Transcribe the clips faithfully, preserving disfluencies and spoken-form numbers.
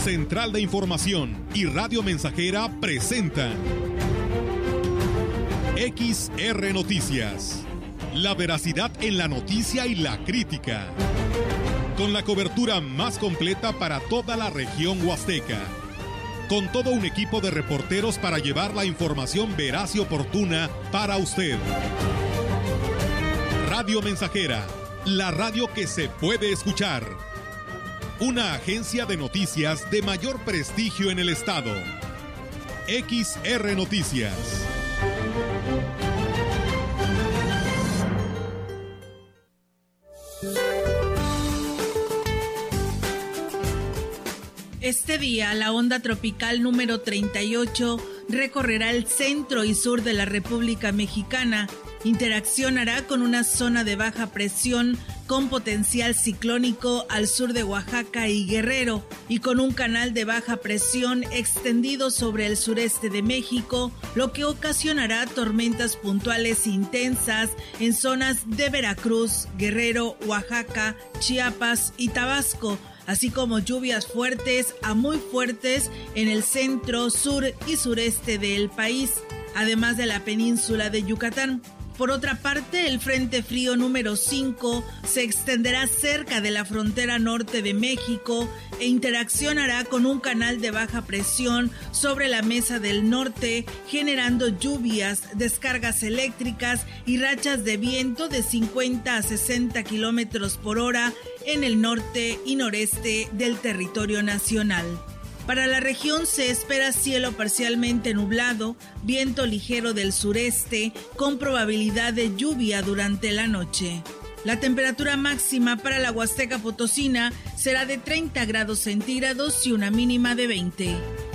Central de Información y Radio Mensajera presentan X R Noticias. La veracidad en la noticia y la crítica. Con la cobertura más completa para toda la región huasteca. Con todo un equipo de reporteros para llevar la información veraz y oportuna para usted. Radio Mensajera, la radio que se puede escuchar. Una agencia de noticias de mayor prestigio en el estado. X R Noticias. Este día, la onda tropical número treinta y ocho recorrerá el centro y sur de la República Mexicana. Interaccionará con una zona de baja presión con potencial ciclónico al sur de Oaxaca y Guerrero y con un canal de baja presión extendido sobre el sureste de México, lo que ocasionará tormentas puntuales intensas en zonas de Veracruz, Guerrero, Oaxaca, Chiapas y Tabasco, así como lluvias fuertes a muy fuertes en el centro, sur y sureste del país, además de la península de Yucatán. Por otra parte, el Frente Frío número cinco se extenderá cerca de la frontera norte de México e interaccionará con un canal de baja presión sobre la Mesa del Norte, generando lluvias, descargas eléctricas y rachas de viento de cincuenta a sesenta kilómetros por hora en el norte y noreste del territorio nacional. Para la región se espera cielo parcialmente nublado, viento ligero del sureste, con probabilidad de lluvia durante la noche. La temperatura máxima para la Huasteca Potosina será de treinta grados centígrados y una mínima de veinte.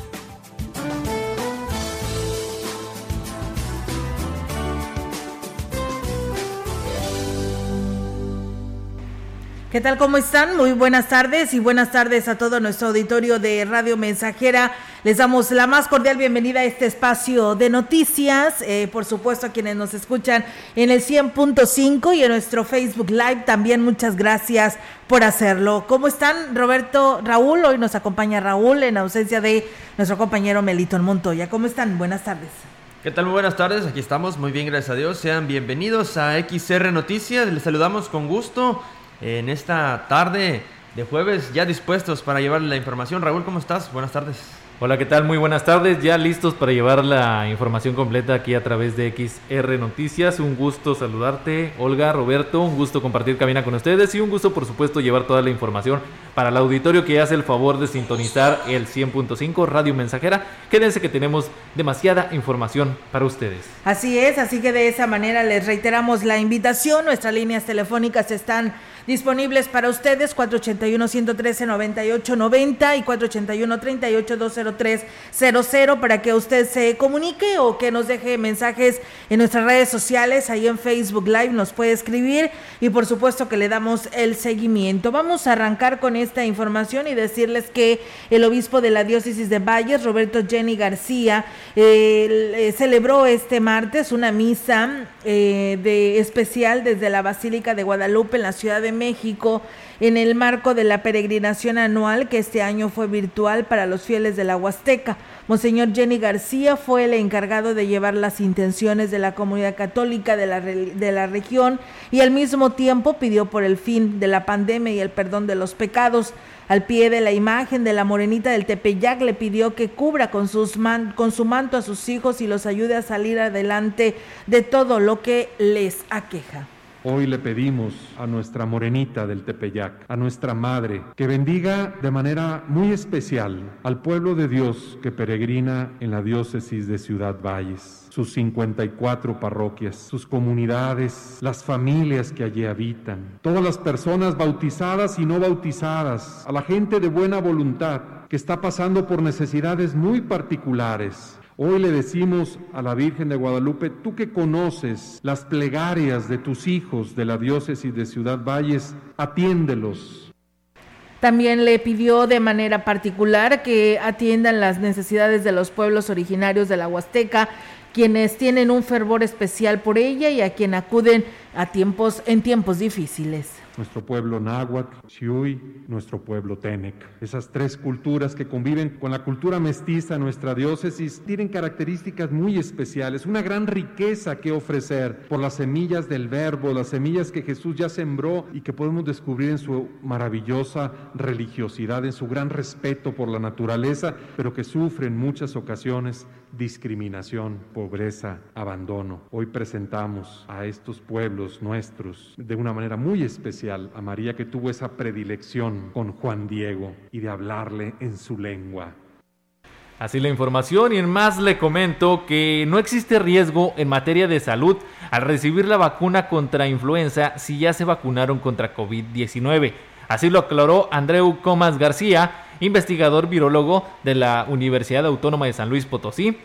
¿Qué tal? ¿Cómo están? Muy buenas tardes y buenas tardes a todo nuestro auditorio de Radio Mensajera. Les damos la más cordial bienvenida a este espacio de noticias, eh, por supuesto a quienes nos escuchan en el cien punto cinco y en nuestro Facebook Live también muchas gracias por hacerlo. ¿Cómo están, Roberto, Raúl? Hoy nos acompaña Raúl en ausencia de nuestro compañero Melitón Montoya. ¿Cómo están? Buenas tardes. ¿Qué tal? Muy buenas tardes, aquí estamos, muy bien, gracias a Dios. Sean bienvenidos a X R Noticias, les saludamos con gusto en esta tarde de jueves, ya dispuestos para llevarle la información. Raúl, ¿cómo estás? Buenas tardes. Hola, ¿qué tal? Muy buenas tardes, ya listos para llevar la información completa aquí a través de X R Noticias. Un gusto saludarte, Olga, Roberto, un gusto compartir cabina con ustedes y un gusto, por supuesto, llevar toda la información para el auditorio que hace el favor de sintonizar el cien punto cinco Radio Mensajera. Quédense que tenemos demasiada información para ustedes. Así es, así que de esa manera les reiteramos la invitación. Nuestras líneas telefónicas están disponibles para ustedes, cuatro ochenta y uno, ciento trece, noventa y ocho noventa y cuatro ochenta y uno, treinta y ocho, dos cero tres cero cero para que usted se comunique o que nos deje mensajes en nuestras redes sociales. Ahí en Facebook Live nos puede escribir y por supuesto que le damos el seguimiento. Vamos a arrancar con esta información y decirles que el obispo de la diócesis de Valles, Roberto Jenny García, eh, celebró este martes una misa eh, de especial desde la Basílica de Guadalupe en la Ciudad de México, en el marco de la peregrinación anual que este año fue virtual para los fieles de la Huasteca. Monseñor Jenny García fue el encargado de llevar las intenciones de la comunidad católica de la, de la región y al mismo tiempo pidió por el fin de la pandemia y el perdón de los pecados. Al pie de la imagen de la Morenita del Tepeyac le pidió que cubra con, sus man, con su manto a sus hijos y los ayude a salir adelante de todo lo que les aqueja. Hoy le pedimos a nuestra Morenita del Tepeyac, a nuestra Madre, que bendiga de manera muy especial al pueblo de Dios que peregrina en la diócesis de Ciudad Valles, sus cincuenta y cuatro parroquias, sus comunidades, las familias que allí habitan, todas las personas bautizadas y no bautizadas, a la gente de buena voluntad que está pasando por necesidades muy particulares. Hoy le decimos a la Virgen de Guadalupe, tú que conoces las plegarias de tus hijos de la diócesis de Ciudad Valles, atiéndelos. También le pidió de manera particular que atiendan las necesidades de los pueblos originarios de la Huasteca, quienes tienen un fervor especial por ella y a quien acuden a tiempos, en tiempos difíciles. Nuestro pueblo náhuatl, xiui, nuestro pueblo tenec. Esas tres culturas que conviven con la cultura mestiza en nuestra diócesis tienen características muy especiales, una gran riqueza que ofrecer por las semillas del verbo, las semillas que Jesús ya sembró y que podemos descubrir en su maravillosa religiosidad, en su gran respeto por la naturaleza, pero que sufre en muchas ocasiones discriminación, pobreza, abandono. Hoy presentamos a estos pueblos nuestros de una manera muy especial a María, que tuvo esa predilección con Juan Diego y de hablarle en su lengua. Así la información, y en más le comento que no existe riesgo en materia de salud al recibir la vacuna contra influenza si ya se vacunaron contra covid diecinueve. Así lo aclaró Andreu Comas García, investigador virólogo de la Universidad Autónoma de San Luis Potosí.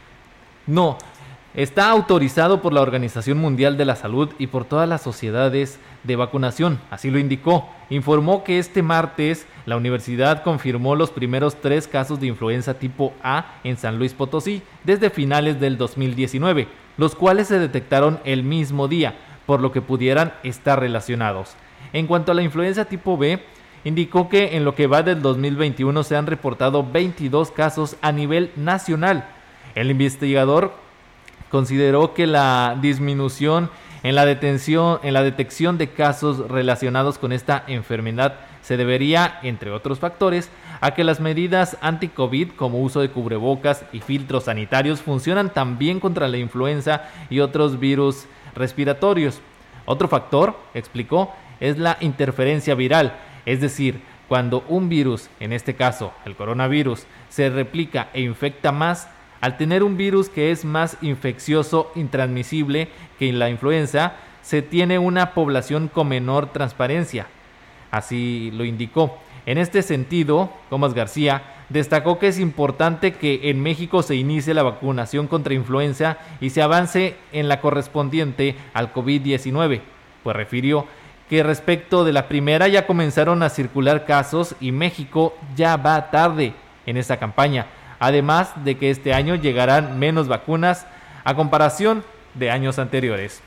No, está autorizado por la Organización Mundial de la Salud y por todas las sociedades de vacunación, así lo indicó. Informó que este martes la universidad confirmó los primeros tres casos de influenza tipo A en San Luis Potosí desde finales del dos mil diecinueve, los cuales se detectaron el mismo día, por lo que pudieran estar relacionados. En cuanto a la influenza tipo B, indicó que en lo que va del dos mil veintiuno se han reportado veintidós casos a nivel nacional. El investigador consideró que la disminución en la detención, en la detección de casos relacionados con esta enfermedad se debería, entre otros factores, a que las medidas anti-COVID como uso de cubrebocas y filtros sanitarios funcionan también contra la influenza y otros virus respiratorios. Otro factor, explicó, es la interferencia viral, es decir, cuando un virus, en este caso el coronavirus, se replica e infecta más. Al tener un virus que es más infeccioso y transmisible que la influenza, se tiene una población con menor transparencia. Así lo indicó. En este sentido, Comas García destacó que es importante que en México se inicie la vacunación contra influenza y se avance en la correspondiente al covid diecinueve, pues refirió que respecto de la primera ya comenzaron a circular casos y México ya va tarde en esta campaña. Además de que este año llegarán menos vacunas a comparación de años anteriores.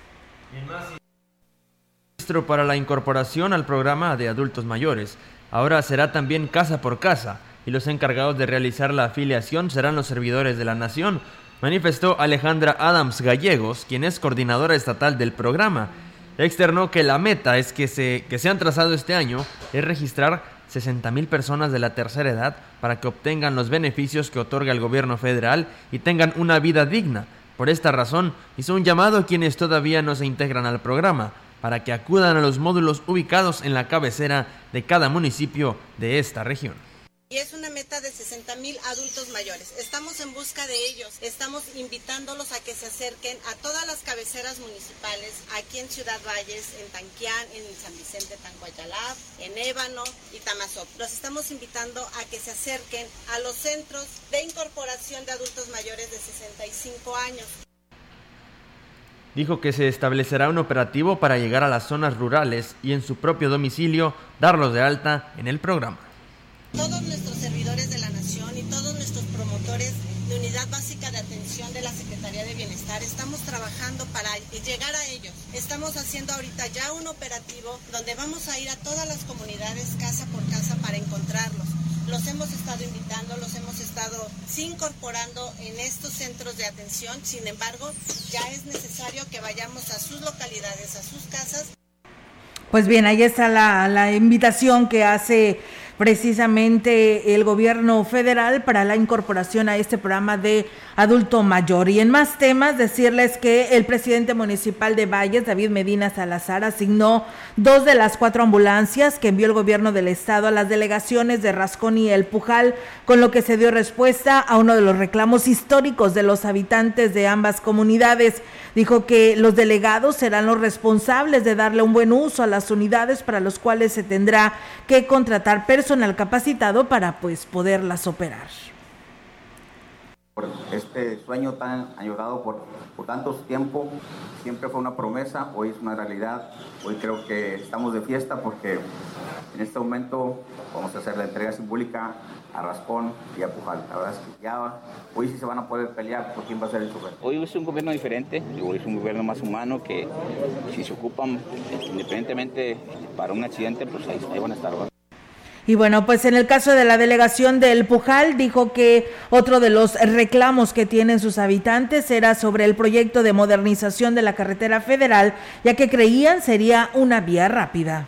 Registro para la incorporación al programa de adultos mayores. Ahora será también casa por casa y los encargados de realizar la afiliación serán los servidores de la nación, manifestó Alejandra Adams Gallegos, quien es coordinadora estatal del programa. Externó que la meta es que se, que se han trazado este año es registrar sesenta mil personas de la tercera edad para que obtengan los beneficios que otorga el gobierno federal y tengan una vida digna. Por esta razón, hizo un llamado a quienes todavía no se integran al programa para que acudan a los módulos ubicados en la cabecera de cada municipio de esta región. Y es una meta de sesenta mil adultos mayores. Estamos en busca de ellos, estamos invitándolos a que se acerquen a todas las cabeceras municipales, aquí en Ciudad Valles, en Tanquián, en San Vicente Tancuayalab, en Ébano y Tamazop. Los estamos invitando a que se acerquen a los centros de incorporación de adultos mayores de sesenta y cinco años. Dijo que se establecerá un operativo para llegar a las zonas rurales y en su propio domicilio darlos de alta en el programa. Todos nuestros servidores de la Nación y todos nuestros promotores de Unidad Básica de Atención de la Secretaría de Bienestar estamos trabajando para llegar a ellos. Estamos haciendo ahorita ya un operativo donde vamos a ir a todas las comunidades casa por casa para encontrarlos. Los hemos estado invitando, los hemos estado sí incorporando en estos centros de atención, sin embargo, ya es necesario que vayamos a sus localidades, a sus casas. Pues bien, ahí está la, la invitación que hace precisamente el gobierno federal para la incorporación a este programa de adulto mayor. Y en más temas, decirles que el presidente municipal de Valles, David Medina Salazar, asignó dos de las cuatro ambulancias que envió el gobierno del estado a las delegaciones de Rascón y El Pujal, con lo que se dio respuesta a uno de los reclamos históricos de los habitantes de ambas comunidades. Dijo que los delegados serán los responsables de darle un buen uso a las unidades, para los cuales se tendrá que contratar personal capacitado para pues poderlas operar. Por este sueño tan añorado por, por tanto tiempo, siempre fue una promesa, hoy es una realidad. Hoy creo que estamos de fiesta porque En este momento vamos a hacer la entrega simbólica a Rascón y a Pujal. La verdad es que ya hoy sí se van a poder pelear por quién va a ser el chofer. Hoy es un gobierno diferente, hoy es un gobierno más humano que si se ocupan independientemente para un accidente, pues ahí, ahí van a estar, ¿verdad? Y bueno, pues en el caso de la delegación del Pujal, dijo que otro de los reclamos que tienen sus habitantes era sobre el proyecto de modernización de la carretera federal, ya que creían sería una vía rápida.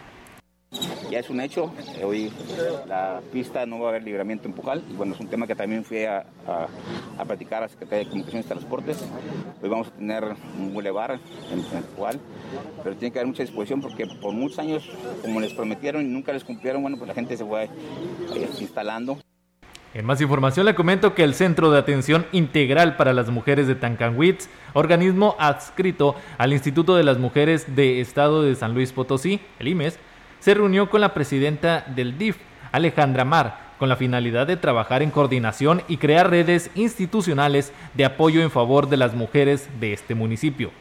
Ya es un hecho, hoy la pista no va a haber libramiento en Pujal, y bueno, es un tema que también fui a, a, a platicar a la Secretaría de Comunicaciones y Transportes. Hoy vamos a tener un bulevar en, en Pujal, pero tiene que haber mucha disposición porque por muchos años, como les prometieron y nunca les cumplieron, bueno, pues la gente se fue eh, instalando. En más información le comento que el Centro de Atención Integral para las Mujeres de Tancanwitz, organismo adscrito al Instituto de las Mujeres de Estado de San Luis Potosí, el I M E S, se reunió con la presidenta del D I F, Alejandra Mar, con la finalidad de trabajar en coordinación y crear redes institucionales de apoyo en favor de las mujeres de este municipio.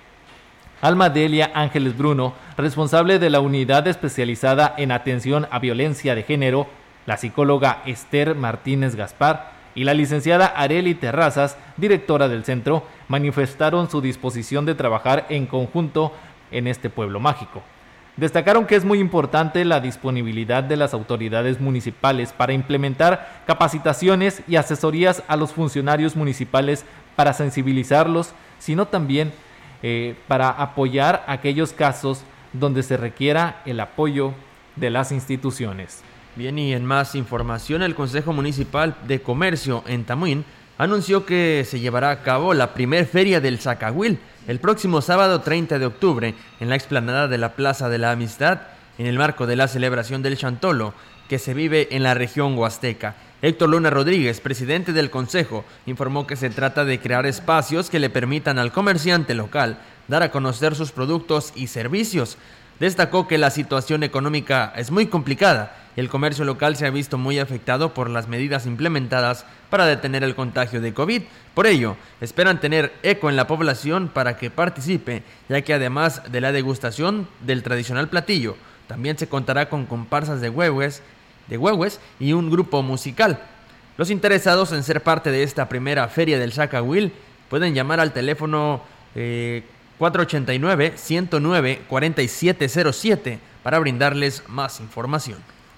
Alma Delia Ángeles Bruno, responsable de la unidad especializada en atención a violencia de género, la psicóloga Esther Martínez Gaspar y la licenciada Areli Terrazas, directora del centro, manifestaron su disposición de trabajar en conjunto en este pueblo mágico. Destacaron que es muy importante la disponibilidad de las autoridades municipales para implementar capacitaciones y asesorías a los funcionarios municipales para sensibilizarlos, sino también eh, para apoyar aquellos casos donde se requiera el apoyo de las instituciones. Bien, y en más información, el Consejo Municipal de Comercio en Tamuín anunció que se llevará a cabo la primer feria del Zacahuil el próximo sábado treinta de octubre en la explanada de la Plaza de la Amistad, en el marco de la celebración del Chantolo, que se vive en la región huasteca. Héctor Luna Rodríguez, presidente del Consejo, informó que se trata de crear espacios que le permitan al comerciante local dar a conocer sus productos y servicios. Destacó que la situación económica es muy complicada y el comercio local se ha visto muy afectado por las medidas implementadas para detener el contagio de COVID. Por ello, esperan tener eco en la población para que participe, ya que además de la degustación del tradicional platillo, también se contará con comparsas de huehues, de huehues y un grupo musical. Los interesados en ser parte de esta primera feria del Zacahuil pueden llamar al teléfono eh, cuatro ochenta y nueve, ciento nueve, cuarenta y siete cero siete para brindarles más información.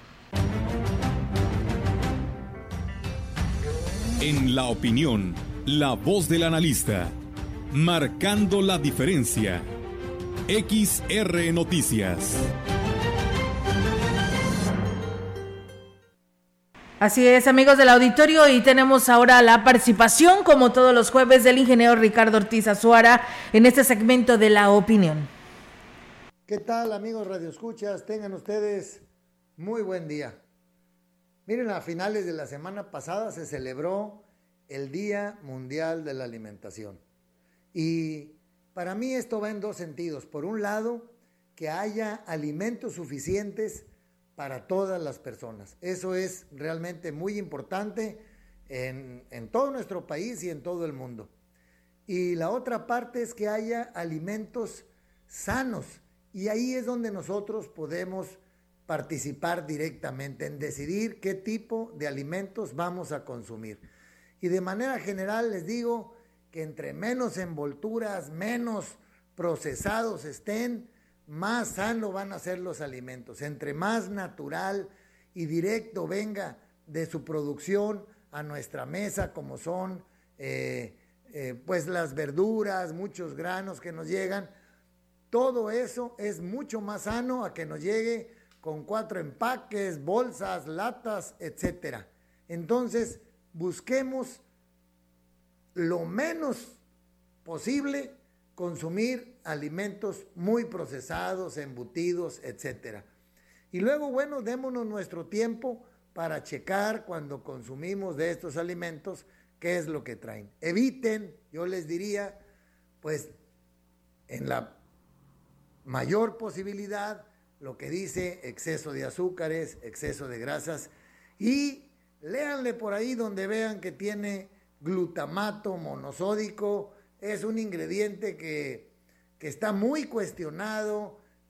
En la opinión, la voz del analista, marcando la diferencia. X R Noticias. Así es, amigos del auditorio, y tenemos ahora la participación, como todos los jueves, del ingeniero Ricardo Ortiz Azuara en este segmento de la opinión. ¿Qué tal, amigos radioescuchas? Tengan ustedes muy buen día. Miren, a finales de la semana pasada se celebró el Día Mundial de la Alimentación. Y para mí esto va en dos sentidos. Por un lado, que haya alimentos suficientes para todas las personas. Eso es realmente muy importante en, en todo nuestro país y en todo el mundo. Y la otra parte es que haya alimentos sanos. Y ahí es donde nosotros podemos participar directamente en decidir qué tipo de alimentos vamos a consumir. Y de manera general les digo que entre menos envolturas, menos procesados estén, más sano van a ser los alimentos. Entre más natural y directo venga de su producción a nuestra mesa, como son eh, eh, pues las verduras, muchos granos que nos llegan, todo eso es mucho más sano a que nos llegue con cuatro empaques, bolsas, latas, etcétera. Entonces, busquemos lo menos posible consumir alimentos muy procesados, embutidos, etcétera. Y luego, bueno, démonos nuestro tiempo para checar cuando consumimos de estos alimentos qué es lo que traen. Eviten, yo les diría, pues, en la mayor posibilidad, lo que dice exceso de azúcares, exceso de grasas, y léanle por ahí donde vean que tiene glutamato monosódico. Es un ingrediente que, que está muy cuestionado,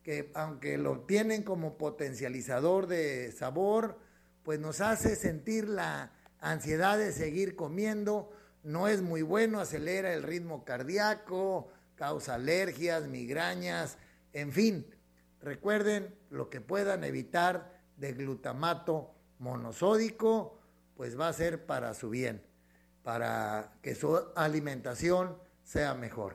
que aunque lo tienen como potencializador de sabor, pues nos hace sentir la ansiedad de seguir comiendo. No es muy bueno, acelera el ritmo cardíaco, causa alergias, migrañas, en fin. Recuerden lo que puedan evitar de glutamato monosódico, pues va a ser para su bien, para que su alimentación sea mejor.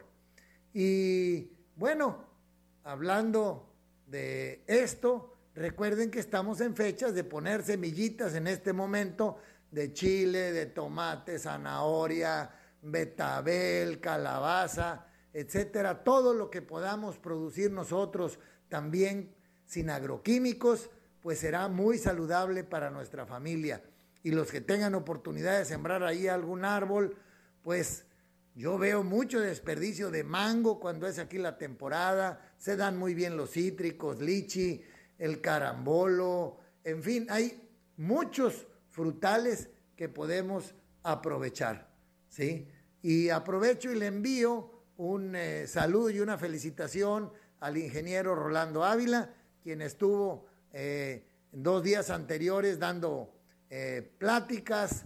Y bueno, hablando de esto, recuerden que estamos en fechas de poner semillitas en este momento de chile, de tomate, zanahoria, betabel, calabaza, etcétera. Todo lo que podamos producir nosotros también sin agroquímicos, pues será muy saludable para nuestra familia. Y los que tengan oportunidad de sembrar ahí algún árbol, pues yo veo mucho desperdicio de mango cuando es aquí la temporada. Se dan muy bien los cítricos, lichi, el carambolo, en fin, hay muchos frutales que podemos aprovechar, ¿sí? Y aprovecho y le envío un eh, saludo y una felicitación al ingeniero Rolando Ávila, quien estuvo eh, dos días anteriores dando eh, pláticas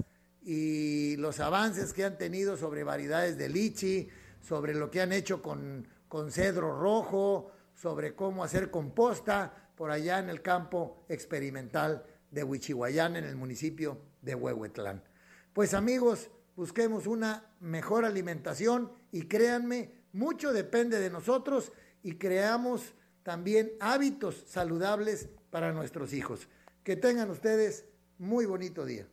y los avances que han tenido sobre variedades de lichi, sobre lo que han hecho con, con cedro rojo, sobre cómo hacer composta por allá en el campo experimental de Huichihuayán, en el municipio de Huehuetlán. Pues amigos, busquemos una mejor alimentación y créanme, mucho depende de nosotros y creamos también hábitos saludables para nuestros hijos. Que tengan ustedes muy bonito día.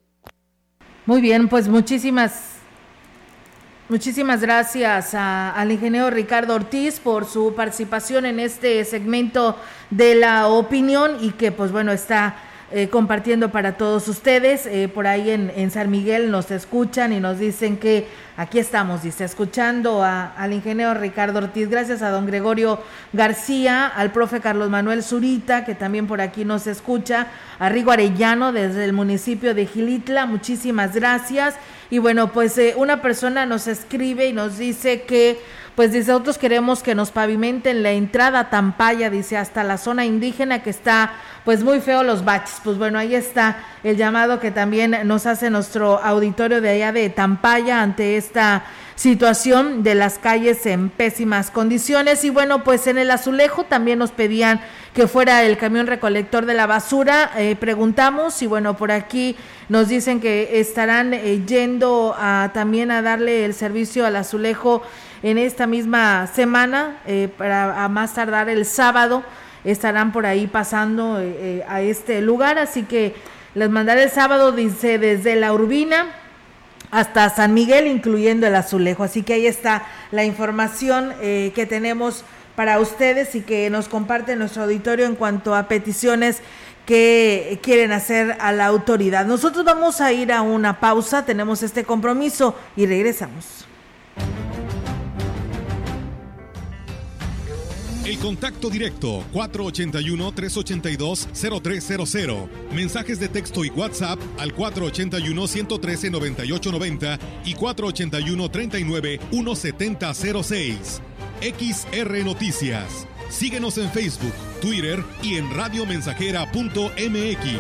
Muy bien, pues muchísimas Muchísimas gracias a, al ingeniero Ricardo Ortiz por su participación en este segmento de la opinión y que pues bueno está eh, compartiendo para todos ustedes. Eh, por ahí en, en San Miguel nos escuchan y nos dicen que aquí estamos, dice, escuchando a, al ingeniero Ricardo Ortiz. Gracias a don Gregorio García, al profe Carlos Manuel Zurita, que también por aquí nos escucha, a Rigo Arellano desde el municipio de Gilitla, muchísimas gracias. Y bueno, pues eh, una persona nos escribe y nos dice que, pues dice, nosotros queremos que nos pavimenten la entrada a Tampaya, dice, hasta la zona indígena, que está pues muy feo los baches. Pues bueno, ahí está el llamado que también nos hace nuestro auditorio de allá de Tampaya ante esta situación de las calles en pésimas condiciones. Y bueno, pues en el Azulejo también nos pedían que fuera el camión recolector de la basura. Eh, preguntamos y bueno, por aquí nos dicen que estarán eh, yendo a, también a darle el servicio al Azulejo en esta misma semana, eh, para a más tardar el sábado estarán por ahí pasando eh, eh, a este lugar, así que les mandaré el sábado, dice, desde La Urbina hasta San Miguel, incluyendo el Azulejo. Así que ahí está la información eh, que tenemos para ustedes y que nos comparte nuestro auditorio en cuanto a peticiones que quieren hacer a la autoridad. Nosotros vamos a ir a una pausa, tenemos este compromiso y regresamos. El contacto directo cuatro ocho uno, tres ocho dos, cero tres cero cero. Mensajes de texto y WhatsApp al cuatro ocho uno, uno uno tres, nueve ocho nueve cero y cuatro ocho uno, tres nueve, uno siete cero cero seis. X R Noticias. Síguenos en Facebook, Twitter y en radiomensajera punto m x.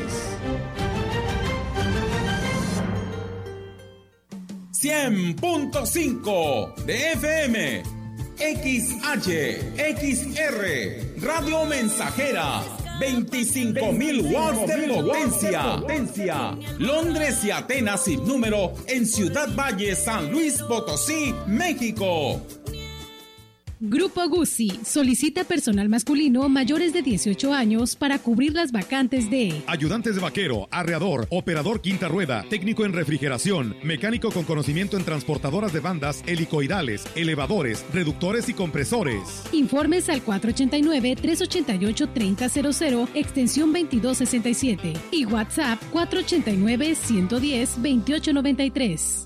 cien punto cinco de F M. X H, X R, Radio Mensajera, veinticinco mil watts de potencia. Londres y Atenas sin número en Ciudad Valle, San Luis Potosí, México. Grupo Guzzi solicita personal masculino mayores de dieciocho años para cubrir las vacantes de ayudantes de vaquero, arreador, operador quinta rueda, técnico en refrigeración, mecánico con conocimiento en transportadoras de bandas helicoidales, elevadores, reductores y compresores. Informes al cuatro ocho nueve, tres ocho ocho, tres cero cero cero, extensión veintidós sesenta y siete y WhatsApp cuatro ocho nueve, uno uno cero, veintiocho noventa y tres.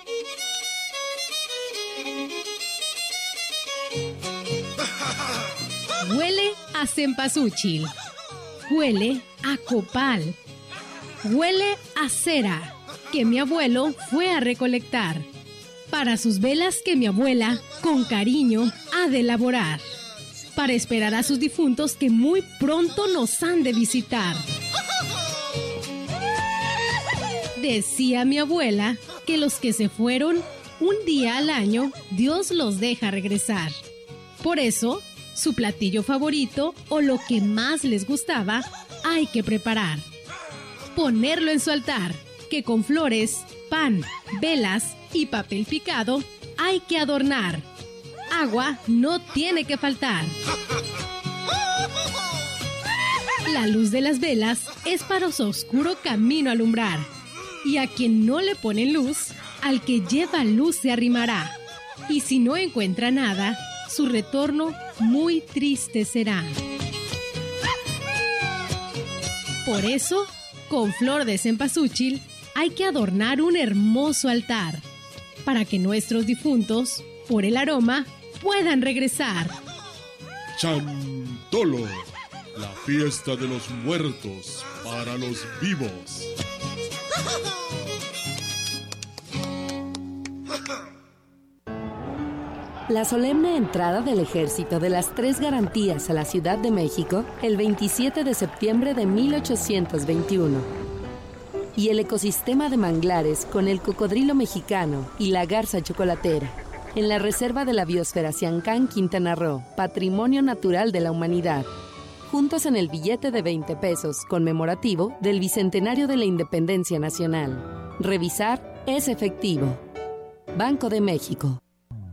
Huele a cempasúchil, huele a copal, huele a cera, que mi abuelo fue a recolectar, para sus velas que mi abuela, con cariño, ha de elaborar. para esperar a sus difuntos que muy pronto nos han de visitar. Decía mi abuela que los que se fueron, un día al año, Dios los deja regresar. Por eso, su platillo favorito o lo que más les gustaba, hay que preparar. Ponerlo en su altar, que con flores, pan, velas y papel picado hay que adornar. Agua no tiene que faltar. La luz de las velas es para su oscuro camino alumbrar. Y a quien no le ponen luz, al que lleva luz se arrimará. Y si no encuentra nada, su retorno muy triste será. Por eso, con flor de cempasúchil, hay que adornar un hermoso altar, para que nuestros difuntos, por el aroma, puedan regresar. Chantolo, la fiesta de los muertos para los vivos. La solemne entrada del Ejército de las Tres Garantías a la Ciudad de México el veintisiete de septiembre de mil ochocientos veintiuno. Y el ecosistema de manglares con el cocodrilo mexicano y la garza chocolatera en la Reserva de la Biosfera Siancán, Quintana Roo, Patrimonio Natural de la Humanidad. Juntos en el billete de veinte pesos conmemorativo del Bicentenario de la Independencia Nacional. Revisar es efectivo. Banco de México.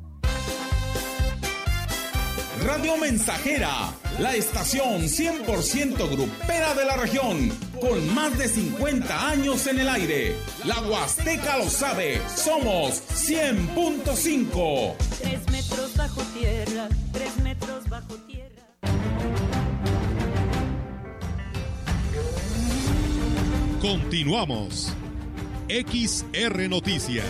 Radio Mensajera, la estación cien por ciento grupera de la región, con más de cincuenta años en el aire. La Huasteca lo sabe, somos cien punto cinco. Tres metros bajo tierra, tres metros bajo tierra. Continuamos. X R Noticias.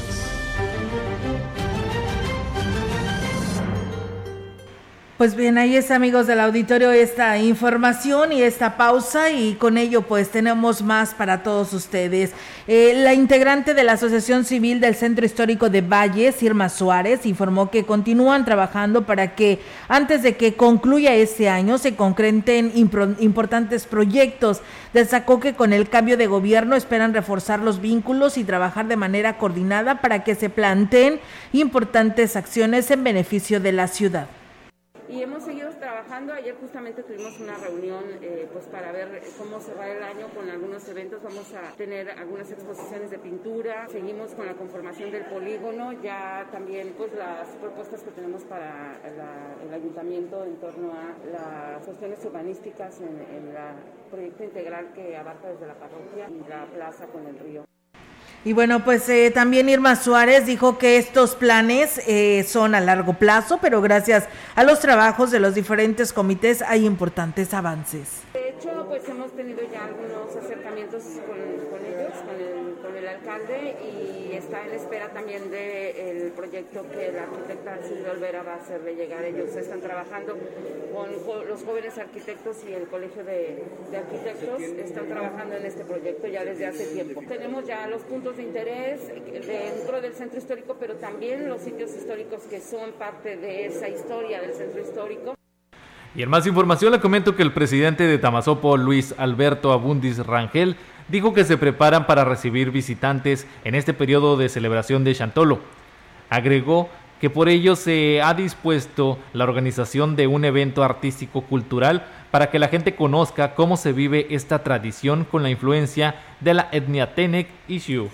Pues bien, ahí está, amigos del auditorio, esta información y esta pausa, y con ello pues tenemos más para todos ustedes. Eh, la integrante de la Asociación Civil del Centro Histórico de Valles, Irma Suárez, informó que continúan trabajando para que antes de que concluya este año se concreten impro- importantes proyectos. Destacó que con el cambio de gobierno esperan reforzar los vínculos y trabajar de manera coordinada para que se planteen importantes acciones en beneficio de la ciudad. Y hemos seguido trabajando. Ayer justamente tuvimos una reunión eh, pues para ver cómo cerrar el año con algunos eventos. Vamos a tener algunas exposiciones de pintura. Seguimos con la conformación del polígono. Ya también pues las propuestas que tenemos para la, el ayuntamiento en torno a las cuestiones urbanísticas en el proyecto integral que abarca desde la parroquia y la plaza con el río. Y bueno, pues eh, también Irma Suárez dijo que estos planes eh, son a largo plazo, pero gracias a los trabajos de los diferentes comités hay importantes avances. De hecho, pues hemos tenido ya algunos acercamientos con, con ellos, con el, con el alcalde, y está en espera también del proyecto que la arquitecta Silvia Olvera va a hacerle llegar. Ellos están trabajando con jo- los jóvenes arquitectos y el colegio de, de arquitectos, están trabajando en este proyecto ya desde hace tiempo. Tenemos ya los puntos de interés dentro del centro histórico, pero también los sitios históricos que son parte de esa historia del centro histórico. Y en más información le comento que el presidente de Tamazopo, Luis Alberto Abundis Rangel, dijo que se preparan para recibir visitantes en este periodo de celebración de Chantolo. Agregó que por ello se ha dispuesto la organización de un evento artístico-cultural para que la gente conozca cómo se vive esta tradición con la influencia de la etnia Tenec y Xiu.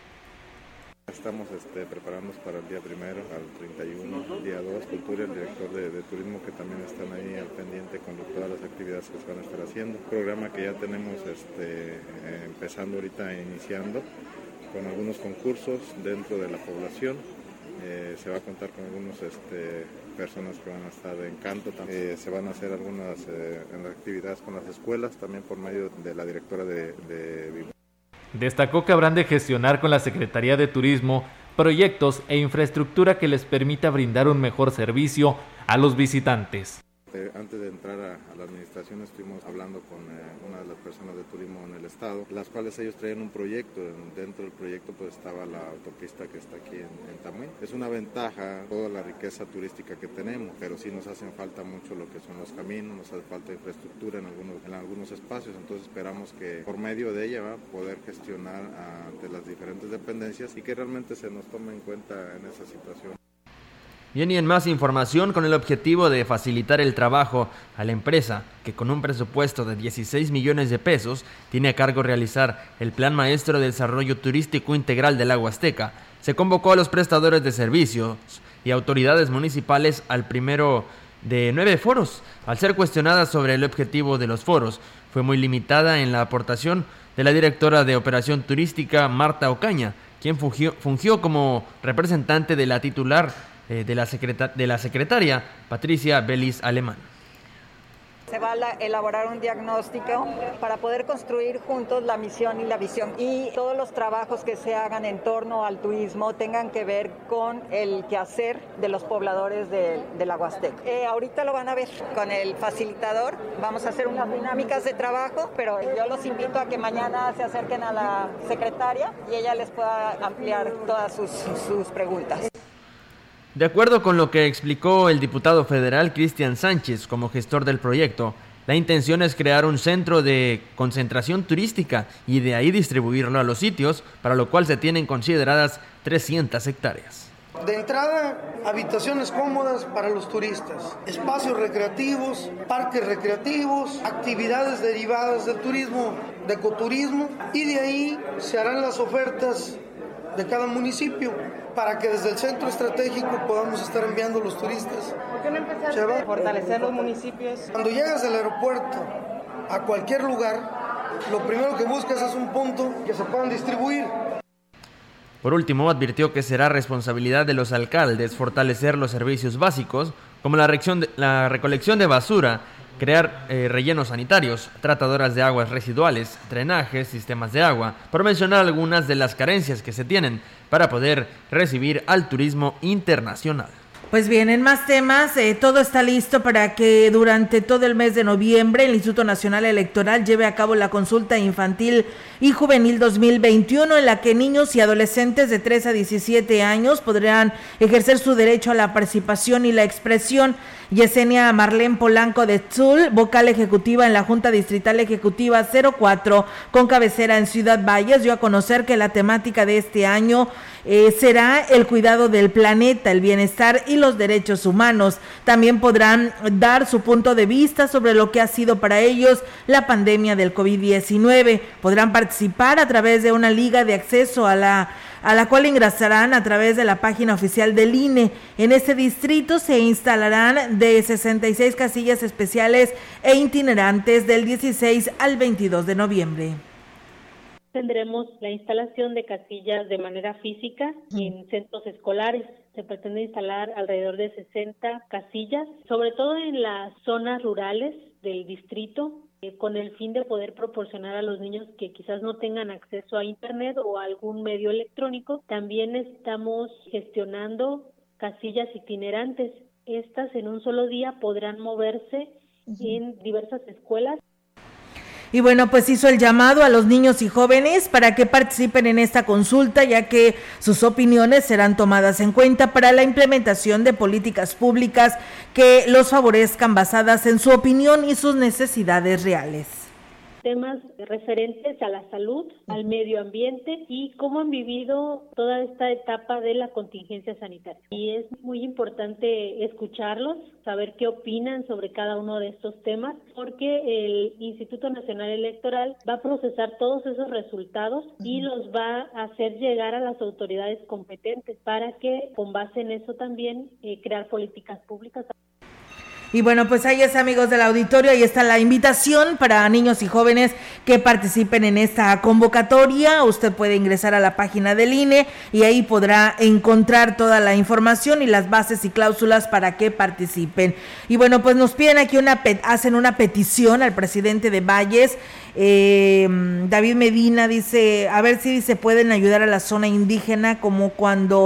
Estamos este, preparándonos para el día primero, al treinta y uno, día dos, Cultura y el director de, de turismo que también están ahí al pendiente con todas las actividades que se van a estar haciendo. Un programa que ya tenemos este, eh, empezando ahorita, iniciando, con algunos concursos dentro de la población. Eh, se va a contar con algunas este, personas que van a estar en canto. Eh, se van a hacer algunas eh, actividades con las escuelas, también por medio de la directora de, de Destacó que habrán de gestionar con la Secretaría de Turismo proyectos e infraestructura que les permita brindar un mejor servicio a los visitantes. Eh, antes de entrar a, a la administración estuvimos hablando con eh, una de las personas de turismo en el estado, las cuales ellos traían un proyecto. Dentro del proyecto pues estaba la autopista que está aquí en, en Tamuín. Es una ventaja toda la riqueza turística que tenemos, pero sí nos hacen falta mucho lo que son los caminos, nos hace falta infraestructura en algunos, en algunos espacios, entonces esperamos que por medio de ella va a poder gestionar ante las diferentes dependencias y que realmente se nos tome en cuenta en esa situación. Bien, y en más información, con el objetivo de facilitar el trabajo a la empresa, que con un presupuesto de dieciséis millones de pesos tiene a cargo realizar el Plan Maestro de Desarrollo Turístico Integral de la Huasteca, se convocó a los prestadores de servicios y autoridades municipales al primero de nueve foros. Al ser cuestionada sobre el objetivo de los foros, fue muy limitada en la aportación de la directora de Operación Turística, Marta Ocaña, quien fungió, fungió como representante de la titular eh, de, la secreta- de la secretaria, Patricia Belis Alemán. Se va a elaborar un diagnóstico para poder construir juntos la misión y la visión, y todos los trabajos que se hagan en torno al turismo tengan que ver con el quehacer de los pobladores de, de la Huasteca. Eh, ahorita lo van a ver con el facilitador, vamos a hacer unas dinámicas de trabajo, pero yo los invito a que mañana se acerquen a la secretaria y ella les pueda ampliar todas sus, sus preguntas. De acuerdo con lo que explicó el diputado federal Cristian Sánchez como gestor del proyecto, la intención es crear un centro de concentración turística y de ahí distribuirlo a los sitios, para lo cual se tienen consideradas trescientas hectáreas. De entrada, habitaciones cómodas para los turistas, espacios recreativos, parques recreativos, actividades derivadas del turismo, de ecoturismo, y de ahí se harán las ofertas de cada municipio para que desde el centro estratégico podamos estar enviando los turistas. ¿Por qué no empezar a fortalecer los municipios? Cuando llegas del aeropuerto a cualquier lugar, lo primero que buscas es un punto que se puedan distribuir. Por último, advirtió que será responsabilidad de los alcaldes fortalecer los servicios básicos, como la, de, la recolección de basura, crear eh, rellenos sanitarios, tratadoras de aguas residuales, drenajes, sistemas de agua, por mencionar algunas de las carencias que se tienen para poder recibir al turismo internacional. Pues bien, en más temas, eh, todo está listo para que durante todo el mes de noviembre el Instituto Nacional Electoral lleve a cabo la consulta infantil y juvenil dos mil veintiuno, en la que niños y adolescentes de tres a diecisiete años podrán ejercer su derecho a la participación y la expresión. Yesenia Marlene Polanco de Tzul, vocal ejecutiva en la Junta Distrital Ejecutiva cero cuatro, con cabecera en Ciudad Valles, dio a conocer que la temática de este año eh, será el cuidado del planeta, el bienestar y los derechos humanos. También podrán dar su punto de vista sobre lo que ha sido para ellos la pandemia del covid diecinueve. Podrán participar a través de una liga de acceso a la a la cual ingresarán a través de la página oficial del I N E. En este distrito se instalarán de sesenta y seis casillas especiales e itinerantes del dieciséis al veintidós de noviembre. Tendremos la instalación de casillas de manera física en centros escolares. Se pretende instalar alrededor de sesenta casillas, sobre todo en las zonas rurales del distrito, eh, con el fin de poder proporcionar a los niños que quizás no tengan acceso a internet o a algún medio electrónico. También estamos gestionando casillas itinerantes. Estas en un solo día podrán moverse en diversas escuelas. Y bueno, pues hizo el llamado a los niños y jóvenes para que participen en esta consulta, ya que sus opiniones serán tomadas en cuenta para la implementación de políticas públicas que los favorezcan basadas en su opinión y sus necesidades reales. Temas referentes a la salud, al medio ambiente y cómo han vivido toda esta etapa de la contingencia sanitaria. Y es muy importante escucharlos, saber qué opinan sobre cada uno de estos temas, porque el Instituto Nacional Electoral va a procesar todos esos resultados y los va a hacer llegar a las autoridades competentes para que, con base en eso también, eh, crear políticas públicas. Y bueno, pues ahí es, amigos del auditorio, ahí está la invitación para niños y jóvenes que participen en esta convocatoria. Usted puede ingresar a la página del I N E y ahí podrá encontrar toda la información y las bases y cláusulas para que participen. Y bueno, pues nos piden aquí una, hacen una petición al presidente de Valles, eh, David Medina, dice, a ver si se pueden ayudar a la zona indígena, como cuando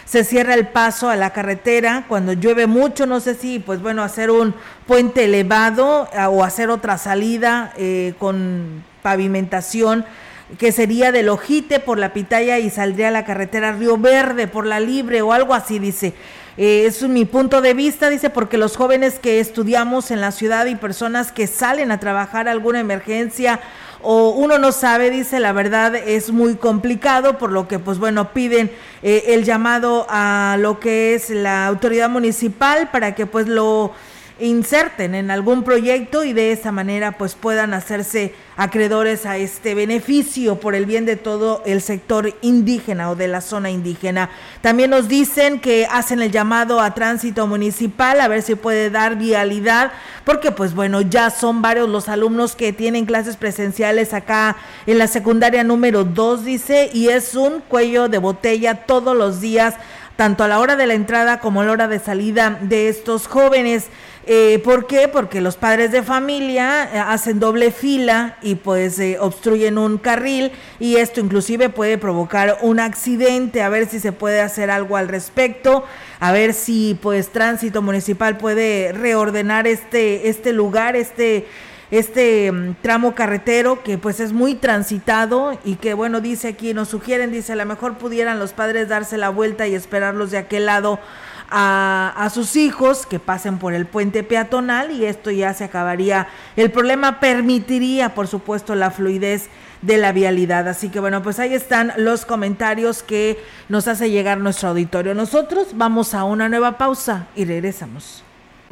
se cierra el paso a la carretera cuando llueve mucho, no sé si, pues bueno, hacer un puente elevado o hacer otra salida eh, con pavimentación, que sería del Ojite por la Pitaya y saldría a la carretera Río Verde por la Libre o algo así, dice. Eh, es mi punto de vista, dice, porque los jóvenes que estudiamos en la ciudad y personas que salen a trabajar alguna emergencia o uno no sabe, dice, la verdad es muy complicado, por lo que pues bueno, piden eh, el llamado a lo que es la autoridad municipal para que pues lo inserten en algún proyecto y de esa manera pues puedan hacerse acreedores a este beneficio por el bien de todo el sector indígena o de la zona indígena. También nos dicen que hacen el llamado a tránsito municipal a ver si puede dar vialidad, porque pues bueno, ya son varios los alumnos que tienen clases presenciales acá en la secundaria número dos, dice, y es un cuello de botella todos los días, tanto a la hora de la entrada como a la hora de salida de estos jóvenes. Eh, ¿Por qué? Porque los padres de familia eh, hacen doble fila y pues eh, obstruyen un carril y esto inclusive puede provocar un accidente. A ver si se puede hacer algo al respecto, a ver si pues Tránsito Municipal puede reordenar este, este lugar, este... este um, tramo carretero que pues es muy transitado y que bueno, dice aquí, nos sugieren, dice, a lo mejor pudieran los padres darse la vuelta y esperarlos de aquel lado a, a sus hijos que pasen por el puente peatonal y esto ya se acabaría, el problema permitiría por supuesto la fluidez de la vialidad. Así que bueno, pues ahí están los comentarios que nos hace llegar nuestro auditorio. Nosotros vamos a una nueva pausa y regresamos.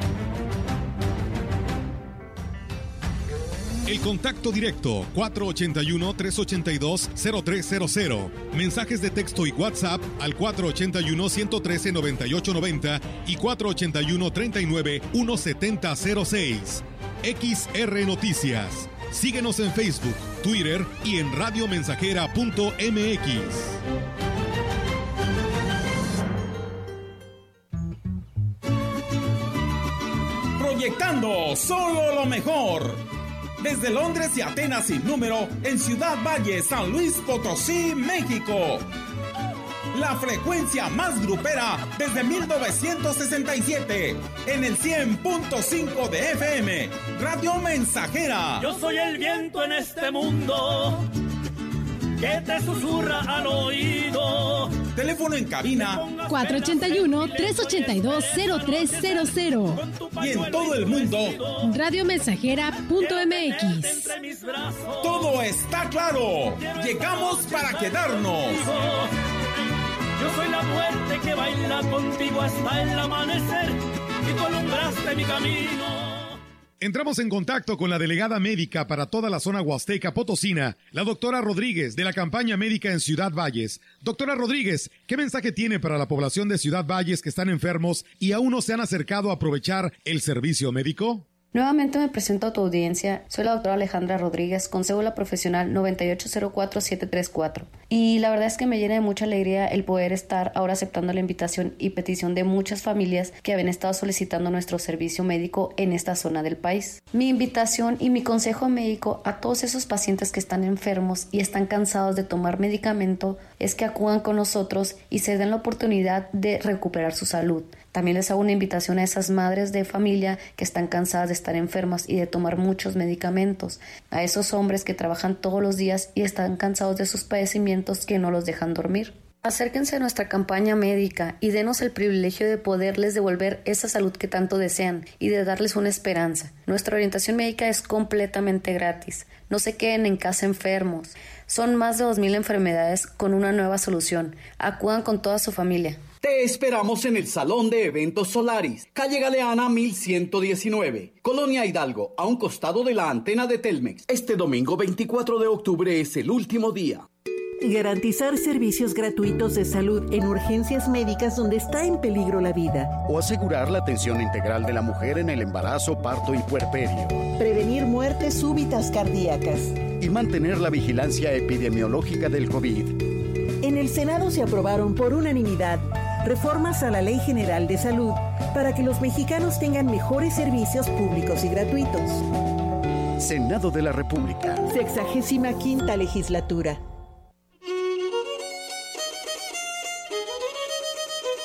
El contacto directo cuatro ochenta y uno, trescientos ochenta y dos, cero tres cero cero. Mensajes de texto y WhatsApp al cuatro ochenta y uno, ciento trece, noventa y ocho noventa y cuatro ochenta y uno, treinta y nueve, ciento setenta cero seis. X R Noticias. Síguenos en Facebook, Twitter y en radio mensajera punto m x. Proyectando solo lo mejor. Desde Londres y Atenas sin número, en Ciudad Valle, San Luis Potosí, México. La frecuencia más grupera desde mil novecientos sesenta y siete, en el cien punto cinco de F M, Radio Mensajera. Yo soy el viento en este mundo que te susurra al oído. Teléfono en cabina cuatro ochenta y uno, trescientos ochenta y dos, cero tres cero cero. Y en todo el mundo radio mensajera punto m x. Todo está claro. Llegamos para quedarnos. Yo soy la muerte que baila contigo hasta el amanecer y tú alumbraste mi camino. Entramos en contacto con la delegada médica para toda la zona huasteca potosina, la doctora Rodríguez, de la campaña médica en Ciudad Valles. Doctora Rodríguez, ¿qué mensaje tiene para la población de Ciudad Valles que están enfermos y aún no se han acercado a aprovechar el servicio médico? Nuevamente me presento a tu audiencia. Soy la doctora Alejandra Rodríguez, con cédula profesional noventa y ocho cero cuatro siete tres cuatro. Y la verdad es que me llena de mucha alegría el poder estar ahora aceptando la invitación y petición de muchas familias que habían estado solicitando nuestro servicio médico en esta zona del país. Mi invitación y mi consejo médico a todos esos pacientes que están enfermos y están cansados de tomar medicamento es que acudan con nosotros y se den la oportunidad de recuperar su salud. También les hago una invitación a esas madres de familia que están cansadas de estar enfermas y de tomar muchos medicamentos, a esos hombres que trabajan todos los días y están cansados de sus padecimientos que no los dejan dormir. Acérquense a nuestra campaña médica y denos el privilegio de poderles devolver esa salud que tanto desean y de darles una esperanza. Nuestra orientación médica es completamente gratis. No se queden en casa enfermos. Son más de dos mil enfermedades con una nueva solución. Acudan con toda su familia. Te esperamos en el Salón de Eventos Solaris, calle Galeana mil ciento diecinueve, Colonia Hidalgo, a un costado de la antena de Telmex. Este domingo veinticuatro de octubre es el último día. Garantizar servicios gratuitos de salud en urgencias médicas donde está en peligro la vida. O asegurar la atención integral de la mujer en el embarazo, parto y puerperio. Prevenir muertes súbitas cardíacas. Y mantener la vigilancia epidemiológica del COVID. En el Senado se aprobaron por unanimidad reformas a la Ley General de Salud para que los mexicanos tengan mejores servicios públicos y gratuitos. Senado de la República. Sexagésima quinta legislatura.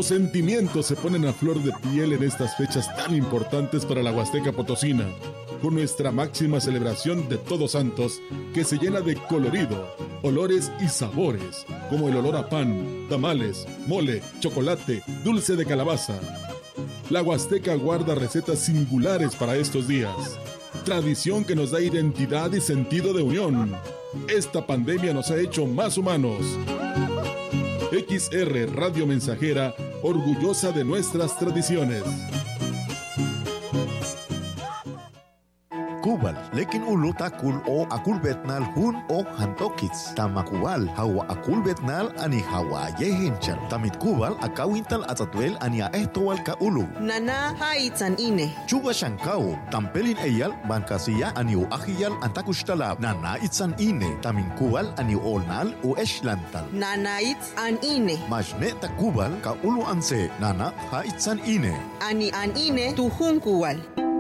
Los sentimientos se ponen a flor de piel en estas fechas tan importantes para la Huasteca Potosina, con nuestra máxima celebración de Todos Santos, que se llena de colorido, olores y sabores, como el olor a pan, tamales, mole, chocolate, dulce de calabaza. La Huasteca guarda recetas singulares para estos días, tradición que nos da identidad y sentido de unión. Esta pandemia nos ha hecho más humanos. X R Radio Mensajera, orgullosa de nuestras tradiciones. Kubal, lekin ulu takul o akul betnal hun o hantokits. Tama kubal, hawa akul betnal ani hawa yehinchal. Tamit kubal akawintal atatwel ani aehtowal ka ulu. Nana haitzan ine. Chuba shankao, tampelin eyal, bankasiya ani u ahiyal antakushtalab. Nana itzan ine, tamin kubal ani olnal u eshlantal. Nana itz an ine. Majne ta kubal ka ulu anse, nana ha itzan ine. Ani an ine tu hun kubal.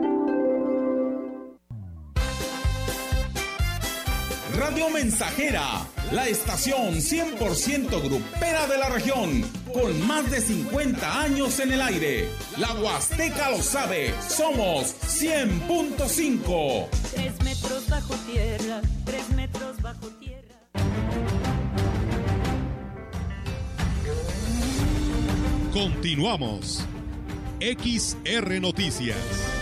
Radio Mensajera, la estación cien por ciento grupera de la región, con más de cincuenta años en el aire. La Huasteca lo sabe, somos cien punto cinco. Tres metros bajo tierra, tres metros bajo tierra. Continuamos. X R Noticias.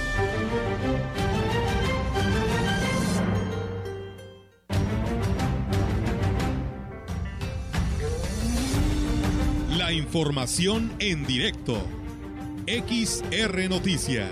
La información en directo. X R Noticias.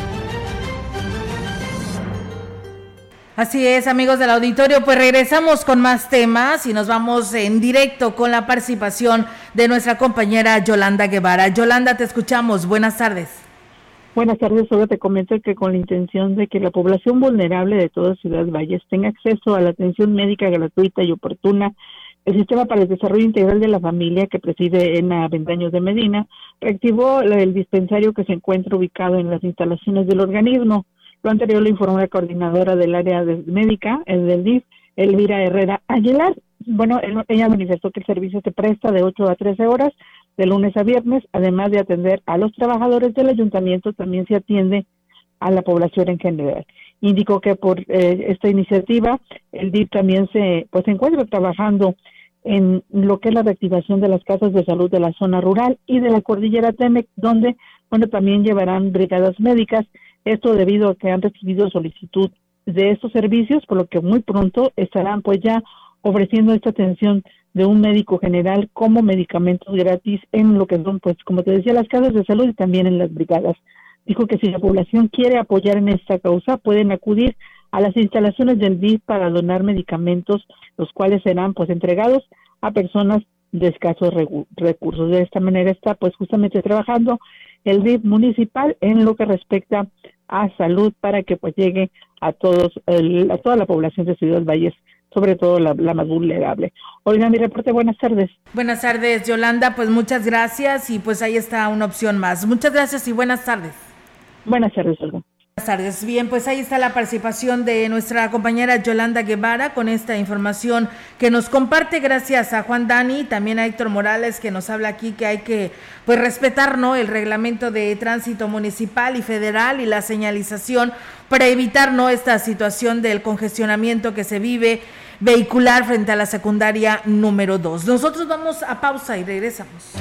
Así es, amigos del auditorio, pues regresamos con más temas y nos vamos en directo con la participación de nuestra compañera Yolanda Guevara. Yolanda, te escuchamos. Buenas tardes. Buenas tardes, solo te comento que con la intención de que la población vulnerable de toda Ciudad Valles tenga acceso a la atención médica gratuita y oportuna, el Sistema para el Desarrollo Integral de la Familia, que preside Ena Avendaños de Medina, reactivó el dispensario que se encuentra ubicado en las instalaciones del organismo. Lo anterior lo informó la coordinadora del área de médica, el del D I F, Elvira Herrera Aguilar. Bueno, ella manifestó que el servicio se presta de ocho a trece horas, de lunes a viernes. Además de atender a los trabajadores del ayuntamiento, también se atiende a la población en general. Indicó que por eh, esta iniciativa el D I F también se pues se encuentra trabajando en lo que es la reactivación de las casas de salud de la zona rural y de la cordillera Temec, donde bueno también llevarán brigadas médicas, esto debido a que han recibido solicitud de estos servicios, por lo que muy pronto estarán pues ya ofreciendo esta atención de un médico general como medicamentos gratis en lo que son pues como te decía las casas de salud y también en las brigadas. Dijo que si la población quiere apoyar en esta causa, pueden acudir a las instalaciones del D I F para donar medicamentos, los cuales serán pues entregados a personas de escasos recursos. De esta manera está pues justamente trabajando el D I F municipal en lo que respecta a salud para que pues llegue a todos el, a toda la población de Ciudad Valles, sobre todo la, la más vulnerable. Oiga, mi reporte, buenas tardes. Buenas tardes, Yolanda, pues muchas gracias y pues ahí está una opción más. Muchas gracias y buenas tardes. Buenas tardes, Olga. Buenas tardes. Bien, pues ahí está la participación de nuestra compañera Yolanda Guevara con esta información que nos comparte gracias a Juan Dani, también a Héctor Morales, que nos habla aquí que hay que pues respetar, ¿no?, el reglamento de tránsito municipal y federal y la señalización para evitar, ¿no?, esta situación del congestionamiento que se vive vehicular frente a la secundaria número dos. Nosotros vamos a pausa y regresamos.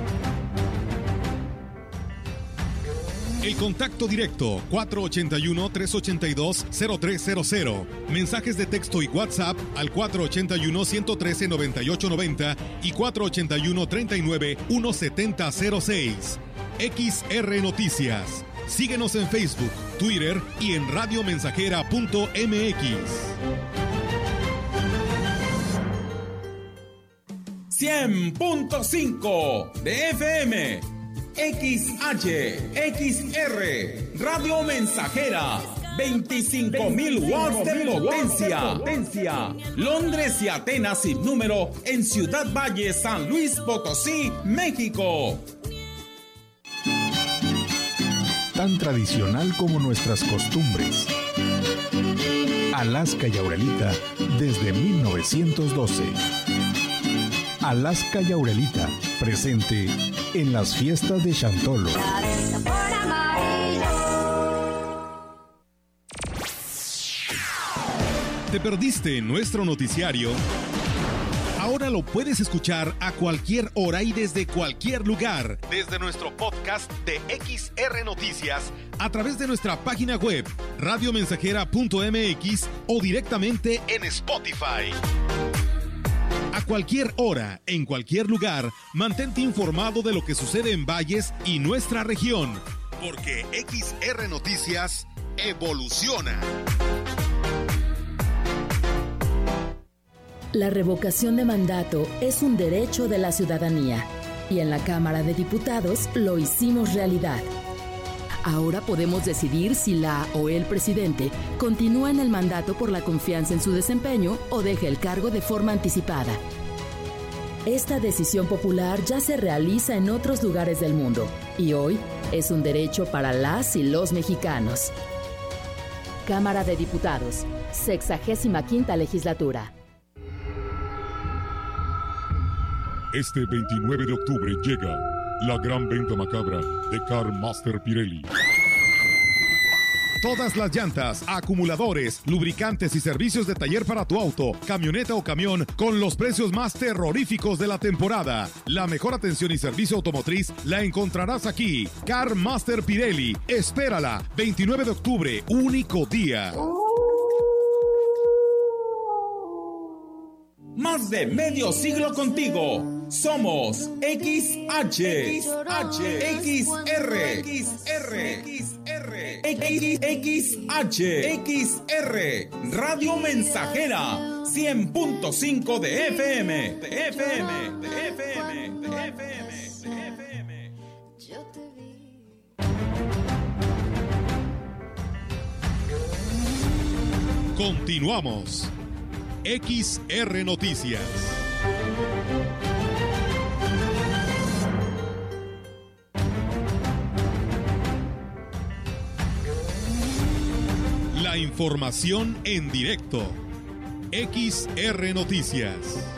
El contacto directo cuatro ochenta y uno, trescientos ochenta y dos, cero tres cero cero. Mensajes de texto y WhatsApp al cuatro ochenta y uno, ciento trece, noventa y ocho noventa y cuatro ochenta y uno, treinta y nueve, ciento setenta, cero seis. X R Noticias. Síguenos en Facebook, Twitter y en radiomensajera punto m x. cien punto cinco de F M. X H, X R, Radio Mensajera, veinticinco mil watts de potencia. Londres y Atenas sin número en Ciudad Valle, San Luis Potosí, México. Tan tradicional como nuestras costumbres. Alaska y Aurelita desde mil novecientos doce. Alaska y Aurelita, presente en las fiestas de Chantolo. ¿Te perdiste nuestro noticiario? Ahora lo puedes escuchar a cualquier hora y desde cualquier lugar, desde nuestro podcast de X R Noticias, a través de nuestra página web, radio mensajera punto m x o directamente en Spotify. A cualquier hora, en cualquier lugar, mantente informado de lo que sucede en Valles y nuestra región, porque X R Noticias evoluciona. La revocación de mandato es un derecho de la ciudadanía y en la Cámara de Diputados lo hicimos realidad. Ahora podemos decidir si la o el presidente continúa en el mandato por la confianza en su desempeño o deja el cargo de forma anticipada. Esta decisión popular ya se realiza en otros lugares del mundo y hoy es un derecho para las y los mexicanos. Cámara de Diputados, sexagésima quinta legislatura. Este veintinueve de octubre llega la gran venta macabra de Car Master Pirelli. Todas las llantas, acumuladores, lubricantes y servicios de taller para tu auto, camioneta o camión con los precios más terroríficos de la temporada. La mejor atención y servicio automotriz la encontrarás aquí. Car Master Pirelli. Espérala. veintinueve de octubre, único día. Más de medio siglo contigo. Somos X H, X H, X R, X R, X R, X H, X R, Radio Mensajera, cien punto cinco de F M, de F M, de F M, de F M, de F M. Continuamos. X R Noticias. La información en directo. X R Noticias.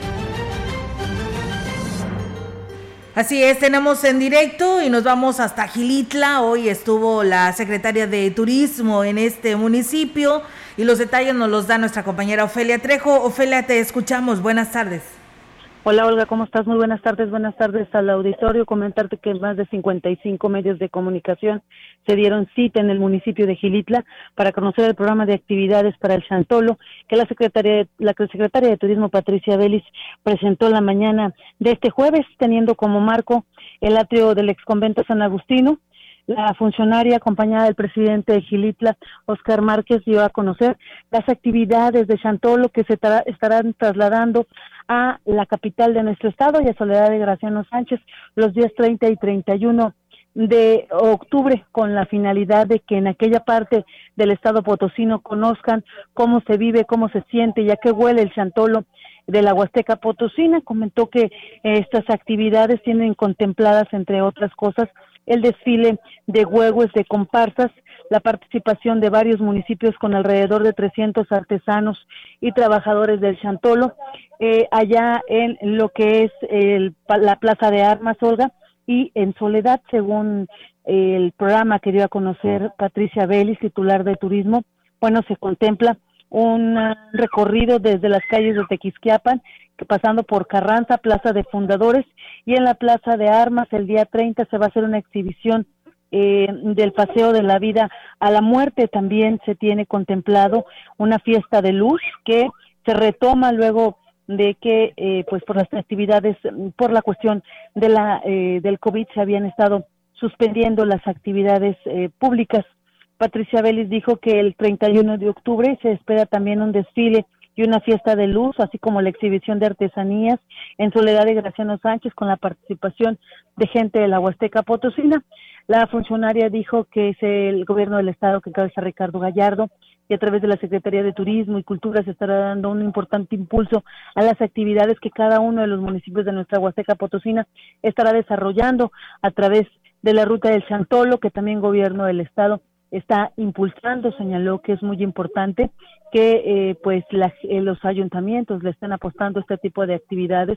Así es, tenemos en directo y nos vamos hasta Xilitla. Hoy estuvo la secretaria de Turismo en este municipio y los detalles nos los da nuestra compañera Ofelia Trejo. Ofelia, te escuchamos. Buenas tardes. Hola Olga, ¿cómo estás? Muy buenas tardes, buenas tardes al auditorio. Comentarte que más de cincuenta y cinco medios de comunicación se dieron cita en el municipio de Xilitla para conocer el programa de actividades para el Chantolo que la secretaria, la secretaria de Turismo Patricia Vélez presentó la mañana de este jueves, teniendo como marco el atrio del exconvento San Agustino. La funcionaria, acompañada del presidente de Xilitla, Óscar Márquez, dio a conocer las actividades de Chantolo que se tra- estarán trasladando a la capital de nuestro estado y a Soledad de Graciano Sánchez los días treinta y treinta y uno de octubre, con la finalidad de que en aquella parte del estado potosino conozcan cómo se vive, cómo se siente, ya que huele el Chantolo de la Huasteca Potosina. Comentó que estas actividades tienen contempladas, entre otras cosas, el desfile de huehues de comparsas, la participación de varios municipios con alrededor de trescientos artesanos y trabajadores del Chantolo, eh, allá en lo que es el, la Plaza de Armas, Olga, y en Soledad, según el programa que dio a conocer Patricia Vélez, titular de Turismo, bueno, se contempla un recorrido desde las calles de Tequisquiapan, pasando por Carranza, Plaza de Fundadores, y en la Plaza de Armas el día treinta se va a hacer una exhibición eh, del Paseo de la Vida a la Muerte. También se tiene contemplado una fiesta de luz que se retoma luego de que eh, pues por las actividades, por la cuestión de la eh, del COVID, se habían estado suspendiendo las actividades eh, públicas. Patricia Vélez dijo que el treinta y uno de octubre se espera también un desfile y una fiesta de luz, así como la exhibición de artesanías en Soledad de Graciano Sánchez, con la participación de gente de la Huasteca Potosina. La funcionaria dijo que es el gobierno del estado que encabeza Ricardo Gallardo, y a través de la Secretaría de Turismo y Cultura se estará dando un importante impulso a las actividades que cada uno de los municipios de nuestra Huasteca Potosina estará desarrollando a través de la ruta del Chantolo, que también gobierno del estado está impulsando. Señaló que es muy importante que eh, pues la, eh, los ayuntamientos le estén apostando a este tipo de actividades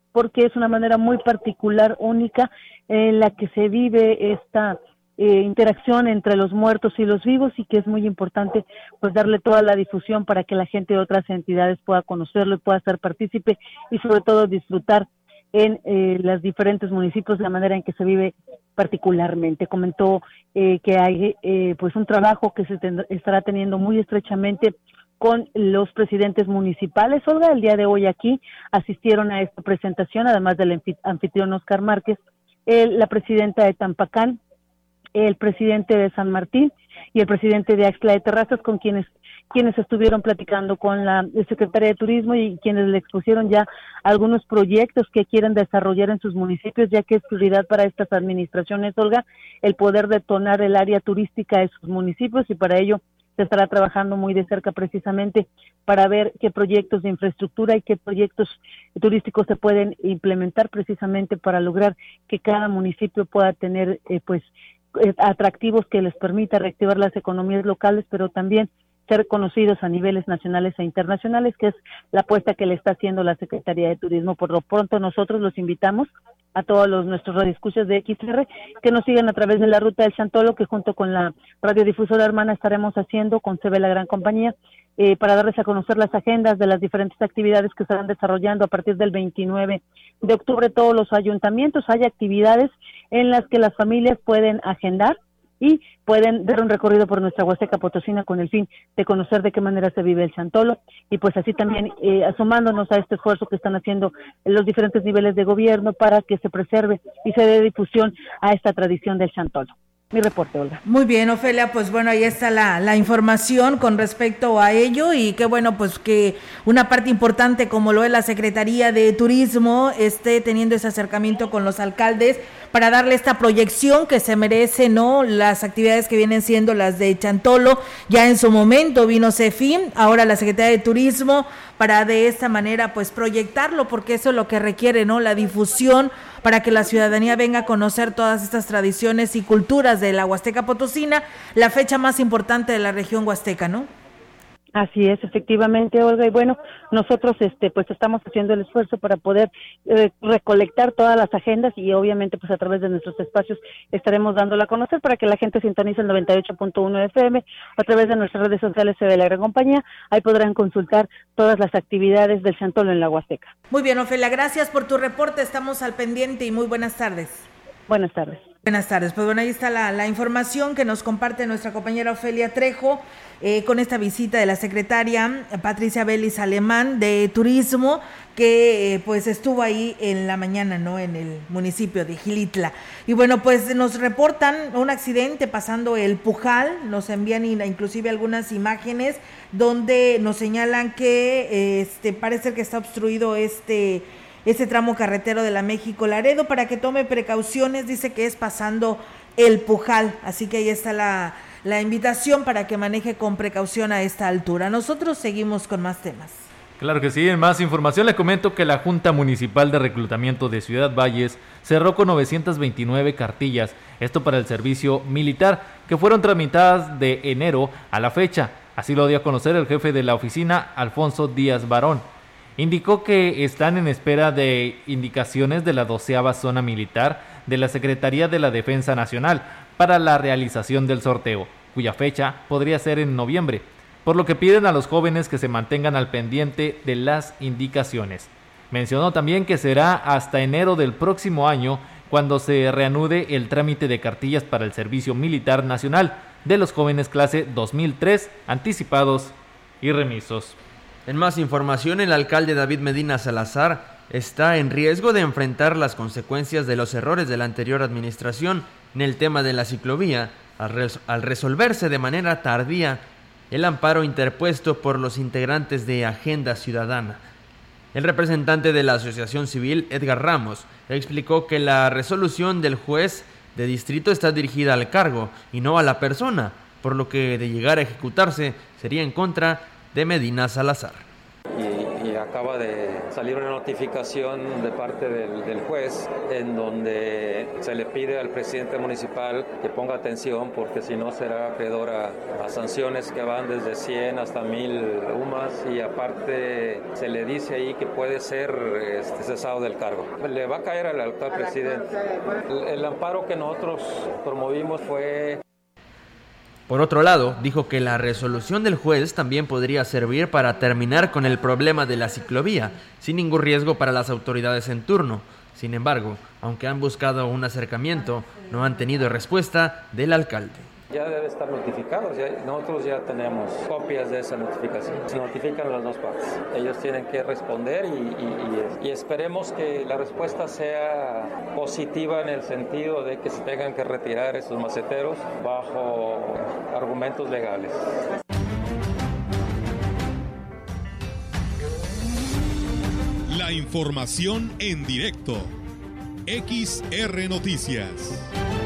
porque es una manera muy particular, única, en la que se vive esta eh, interacción entre los muertos y los vivos, y que es muy importante pues darle toda la difusión para que la gente de otras entidades pueda conocerlo y pueda ser partícipe y sobre todo disfrutar en eh, los diferentes municipios de la manera en que se vive particularmente. Comentó eh, que hay eh, pues un trabajo que se tend- estará teniendo muy estrechamente con los presidentes municipales. Olga, el día de hoy aquí asistieron a esta presentación, además del anfitrión Oscar Márquez, el, la presidenta de Tampacán, el presidente de San Martín y el presidente de Axtla de Terrazas, con quienes quienes estuvieron platicando con la secretaria de Turismo y quienes le expusieron ya algunos proyectos que quieren desarrollar en sus municipios, ya que es prioridad para estas administraciones, Olga, el poder detonar el área turística de sus municipios, y para ello se estará trabajando muy de cerca precisamente para ver qué proyectos de infraestructura y qué proyectos turísticos se pueden implementar precisamente para lograr que cada municipio pueda tener eh, pues eh, atractivos que les permita reactivar las economías locales, pero también ser conocidos a niveles nacionales e internacionales, que es la apuesta que le está haciendo la Secretaría de Turismo. Por lo pronto nosotros los invitamos a todos los nuestros radioescuchas de X R que nos sigan a través de la Ruta del Chantolo, que junto con la radiodifusora hermana estaremos haciendo con C B La Gran Compañía, eh, para darles a conocer las agendas de las diferentes actividades que estarán desarrollando a partir del veintinueve de octubre. Todos los ayuntamientos, hay actividades en las que las familias pueden agendar y pueden dar un recorrido por nuestra Huasteca Potosina con el fin de conocer de qué manera se vive el Chantolo, y pues así también eh, asomándonos a este esfuerzo que están haciendo los diferentes niveles de gobierno para que se preserve y se dé difusión a esta tradición del Chantolo. Mi reporte, Olga. Muy bien, Ofelia, pues bueno, ahí está la, la información con respecto a ello, y qué bueno, pues que una parte importante como lo es la Secretaría de Turismo esté teniendo ese acercamiento con los alcaldes para darle esta proyección que se merece, ¿no? Las actividades que vienen siendo las de Chantolo, ya en su momento vino CEFIM, ahora la Secretaría de Turismo, para de esta manera pues proyectarlo, porque eso es lo que requiere, ¿no? La difusión para que la ciudadanía venga a conocer todas estas tradiciones y culturas de la Huasteca Potosina, la fecha más importante de la región huasteca, ¿no? Así es, efectivamente, Olga, y bueno, nosotros este pues estamos haciendo el esfuerzo para poder eh, recolectar todas las agendas, y obviamente pues a través de nuestros espacios estaremos dándola a conocer para que la gente sintonice el noventa y ocho punto uno F M, a través de nuestras redes sociales de la Gran Compañía. Ahí podrán consultar todas las actividades del Chantolo en la Huasteca. Muy bien, Ofelia, gracias por tu reporte, estamos al pendiente y muy buenas tardes. Buenas tardes. Buenas tardes, pues bueno, ahí está la, la información que nos comparte nuestra compañera Ofelia Trejo, eh, con esta visita de la secretaria Patricia Vélez Alemán de Turismo, que eh, pues estuvo ahí en la mañana, ¿no?, en el municipio de Xilitla. Y bueno, pues nos reportan un accidente pasando el Pujal, nos envían inclusive algunas imágenes donde nos señalan que eh, este parece que está obstruido este... ese tramo carretero de la México Laredo, para que tome precauciones, dice que es pasando el Pujal, así que ahí está la, la invitación para que maneje con precaución a esta altura. Nosotros seguimos con más temas. Claro que sí, en más información le comento que la Junta Municipal de Reclutamiento de Ciudad Valles cerró con novecientas veintinueve cartillas, esto para el servicio militar, que fueron tramitadas de enero a la fecha, así lo dio a conocer el jefe de la oficina, Alfonso Díaz Barón. Indicó que están en espera de indicaciones de la doceava zona militar de la Secretaría de la Defensa Nacional para la realización del sorteo, cuya fecha podría ser en noviembre, por lo que piden a los jóvenes que se mantengan al pendiente de las indicaciones. Mencionó también que será hasta enero del próximo año cuando se reanude el trámite de cartillas para el Servicio Militar Nacional de los jóvenes clase dos mil tres, anticipados y remisos. En más información, el alcalde David Medina Salazar está en riesgo de enfrentar las consecuencias de los errores de la anterior administración en el tema de la ciclovía, al, res- al resolverse de manera tardía el amparo interpuesto por los integrantes de Agenda Ciudadana. El representante de la Asociación Civil, Edgar Ramos, explicó que la resolución del juez de distrito está dirigida al cargo y no a la persona, por lo que de llegar a ejecutarse sería en contra de Medina Salazar. Y, y y acaba de salir una notificación de parte del, del juez en donde se le pide al presidente municipal que ponga atención porque si no será acreedor a, a sanciones que van desde cien hasta mil U M A S y aparte se le dice ahí que puede ser este, cesado del cargo. Le va a caer al actual presidente. El, el amparo que nosotros promovimos fue... Por otro lado, dijo que la resolución del juez también podría servir para terminar con el problema de la ciclovía, sin ningún riesgo para las autoridades en turno. Sin embargo, aunque han buscado un acercamiento, no han tenido respuesta del alcalde. Ya debe estar notificado, ya, nosotros ya tenemos copias de esa notificación. Se notifican las dos partes. Ellos tienen que responder y, y, y, y esperemos que la respuesta sea positiva en el sentido de que se tengan que retirar estos maceteros bajo argumentos legales. La información en directo. X R Noticias.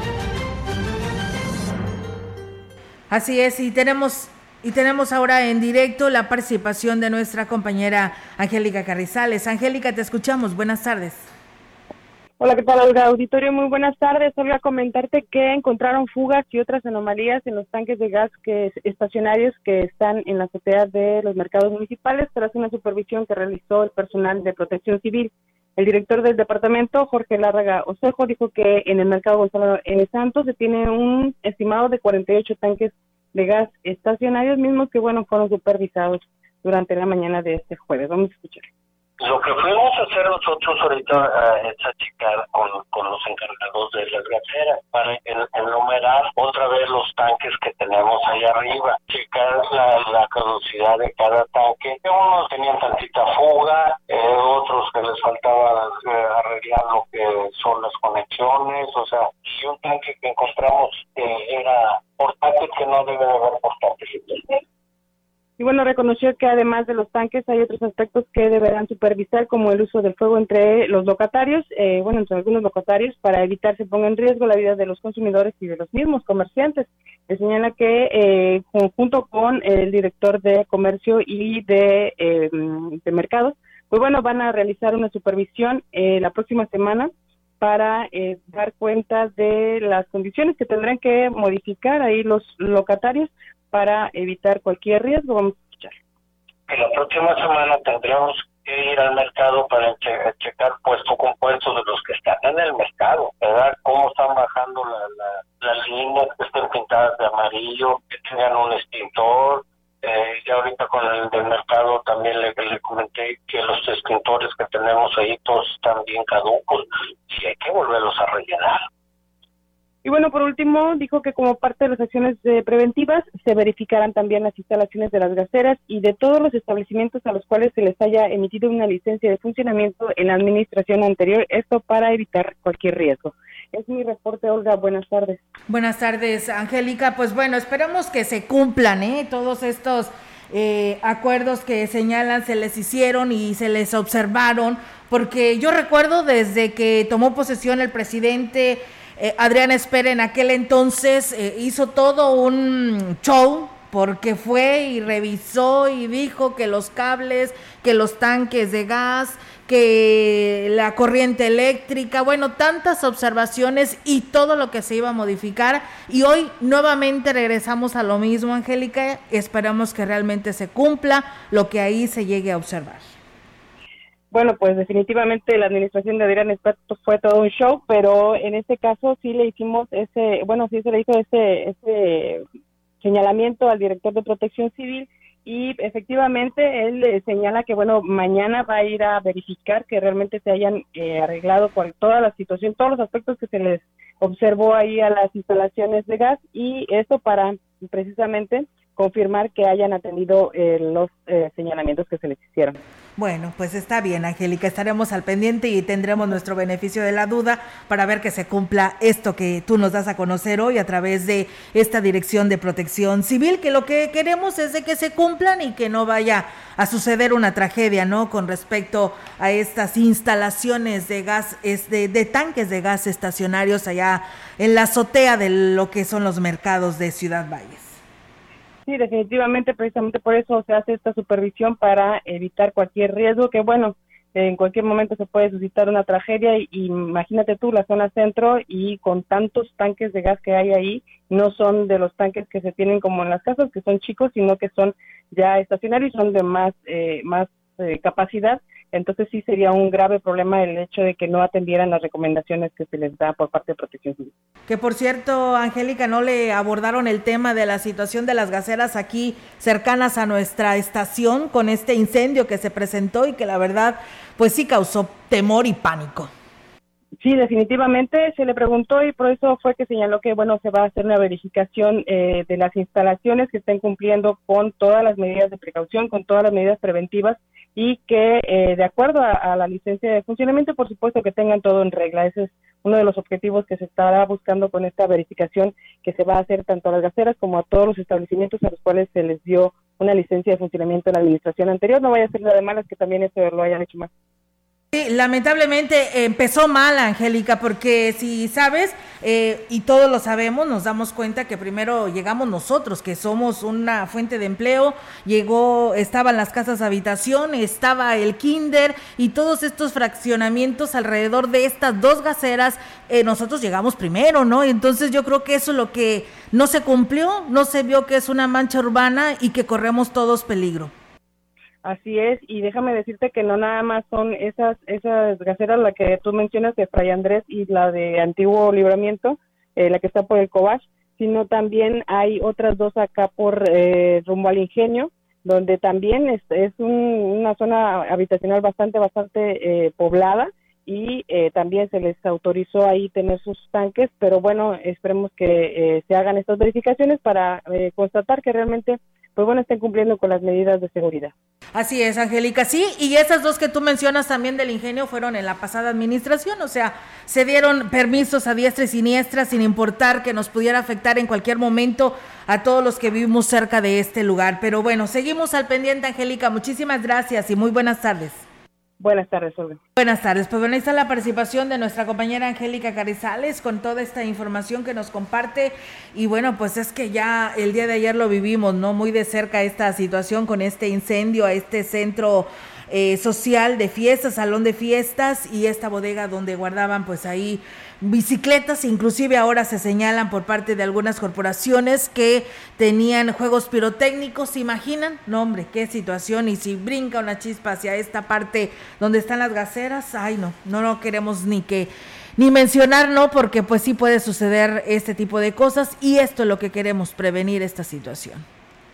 Así es, y tenemos y tenemos ahora en directo la participación de nuestra compañera Angélica Carrizales. Angélica, te escuchamos. Buenas tardes. Hola, ¿qué tal, Olga? Auditorio, muy buenas tardes. Olga, comentarte que encontraron fugas y otras anomalías en los tanques de gas que estacionarios que están en la azotea de los mercados municipales tras una supervisión que realizó el personal de Protección Civil. El director del departamento, Jorge Lárraga Osejo, dijo que en el mercado Gonzalo eh, Santos se tiene un estimado de cuarenta y ocho tanques de gas estacionarios, mismos que, bueno, fueron supervisados durante la mañana de este jueves. Vamos a escuchar. Lo que fuimos a hacer nosotros ahorita uh, es a checar con, con los encargados de las gaseras para en, enumerar otra vez los tanques que tenemos ahí arriba, checar la, la caducidad de cada tanque. Unos tenían tantita fuga, eh, otros que les faltaba eh, arreglar lo que son las conexiones, o sea, si un tanque que encontramos eh, era portátil, que no debe de haber portátil. Y bueno, reconoció que además de los tanques hay otros aspectos que deberán supervisar, como el uso del fuego entre los locatarios, eh, bueno, entre algunos locatarios, para evitar se ponga en riesgo la vida de los consumidores y de los mismos comerciantes. Se señala que eh, junto con el director de comercio y de, eh, de mercados, pues bueno, van a realizar una supervisión eh, la próxima semana para eh, dar cuenta de las condiciones que tendrán que modificar ahí los locatarios para evitar cualquier riesgo. Vamos a escuchar. Que la próxima semana tendremos que ir al mercado para che- checar puesto con puesto de los que están en el mercado, ¿verdad? Cómo están bajando la, la, las líneas, que estén pintadas de amarillo, que tengan un extintor. Eh, y ahorita con el del mercado también le, le comenté que los extintores que tenemos ahí todos están bien caducos y hay que volverlos a rellenar. Y bueno, por último, dijo que como parte de las acciones eh, preventivas se verificarán también las instalaciones de las gaseras y de todos los establecimientos a los cuales se les haya emitido una licencia de funcionamiento en la administración anterior, esto para evitar cualquier riesgo. Es mi reporte, Olga. Buenas tardes. Buenas tardes, Angélica. Pues bueno, esperamos que se cumplan ¿eh? todos estos eh, acuerdos que señalan se les hicieron y se les observaron, porque yo recuerdo desde que tomó posesión el presidente Eh, Adrián Espera, en aquel entonces eh, hizo todo un show porque fue y revisó y dijo que los cables, que los tanques de gas, que la corriente eléctrica, bueno, tantas observaciones y todo lo que se iba a modificar, y hoy nuevamente regresamos a lo mismo, Angélica. Esperamos que realmente se cumpla lo que ahí se llegue a observar. Bueno, pues definitivamente la administración de Adrián Espera fue todo un show, pero en este caso sí le hicimos ese, bueno, sí se le hizo ese, ese señalamiento al director de Protección Civil y efectivamente él eh, señala que, bueno, mañana va a ir a verificar que realmente se hayan eh, arreglado con toda la situación, todos los aspectos que se les observó ahí a las instalaciones de gas, y esto para precisamente confirmar que hayan atendido eh, los eh, señalamientos que se les hicieron. Bueno, pues está bien, Angélica, estaremos al pendiente y tendremos nuestro beneficio de la duda para ver que se cumpla esto que tú nos das a conocer hoy a través de esta Dirección de Protección Civil, que lo que queremos es de que se cumplan y que no vaya a suceder una tragedia, ¿no?, con respecto a estas instalaciones de gas, de, de tanques de gas estacionarios allá en la azotea de lo que son los mercados de Ciudad Valles. Sí, definitivamente, precisamente por eso se hace esta supervisión para evitar cualquier riesgo, que bueno, en cualquier momento se puede suscitar una tragedia y, y imagínate tú la zona centro y con tantos tanques de gas que hay ahí, no son de los tanques que se tienen como en las casas, que son chicos, sino que son ya estacionarios y son de más, eh, más eh, capacidad. Entonces sí sería un grave problema el hecho de que no atendieran las recomendaciones que se les da por parte de Protección Civil. Que por cierto, Angélica, no le abordaron el tema de la situación de las gaseras aquí cercanas a nuestra estación con este incendio que se presentó y que la verdad pues sí causó temor y pánico. Sí, definitivamente se le preguntó y por eso fue que señaló que bueno, se va a hacer una verificación eh, de las instalaciones que estén cumpliendo con todas las medidas de precaución, con todas las medidas preventivas y que eh, de acuerdo a, a la licencia de funcionamiento, por supuesto que tengan todo en regla. Ese es uno de los objetivos que se estará buscando con esta verificación que se va a hacer tanto a las gaseras como a todos los establecimientos a los cuales se les dio una licencia de funcionamiento en la administración anterior. No vaya a ser la de malas que también eso lo hayan hecho más. Sí, lamentablemente empezó mal, Angélica, porque si sabes, eh, y todos lo sabemos, nos damos cuenta que primero llegamos nosotros, que somos una fuente de empleo, llegó, estaban las casas habitación, estaba el kinder y todos estos fraccionamientos alrededor de estas dos gaseras, eh, nosotros llegamos primero, ¿no? Entonces yo creo que eso es lo que no se cumplió, no se vio que es una mancha urbana y que corremos todos peligro. Así es, y déjame decirte que no nada más son esas esas gaseras, la que tú mencionas de Fray Andrés y la de Antiguo Libramiento, eh, la que está por el Cobach, sino también hay otras dos acá por eh, rumbo al Ingenio, donde también es, es un, una zona habitacional bastante, bastante eh, poblada, y eh, también se les autorizó ahí tener sus tanques, pero bueno, esperemos que eh, se hagan estas verificaciones para eh, constatar que realmente pues bueno, estén cumpliendo con las medidas de seguridad. Así es, Angélica, sí, y esas dos que tú mencionas también del Ingenio fueron en la pasada administración, o sea, se dieron permisos a diestra y siniestra sin importar que nos pudiera afectar en cualquier momento a todos los que vivimos cerca de este lugar. Pero bueno, seguimos al pendiente, Angélica, muchísimas gracias y muy buenas tardes. Buenas tardes, Olga. Buenas tardes, pues bueno, ahí está la participación de nuestra compañera Angélica Carrizales con toda esta información que nos comparte y bueno, pues es que ya el día de ayer lo vivimos, ¿no? Muy de cerca esta situación con este incendio a este centro eh, social de fiestas, salón de fiestas y esta bodega donde guardaban pues ahí bicicletas, inclusive ahora se señalan por parte de algunas corporaciones que tenían juegos pirotécnicos, ¿se imaginan? No hombre, qué situación, y si brinca una chispa hacia esta parte donde están las gaseras, ay no, no lo queremos ni que ni mencionar, ¿no? Porque pues sí puede suceder este tipo de cosas y esto es lo que queremos, prevenir esta situación.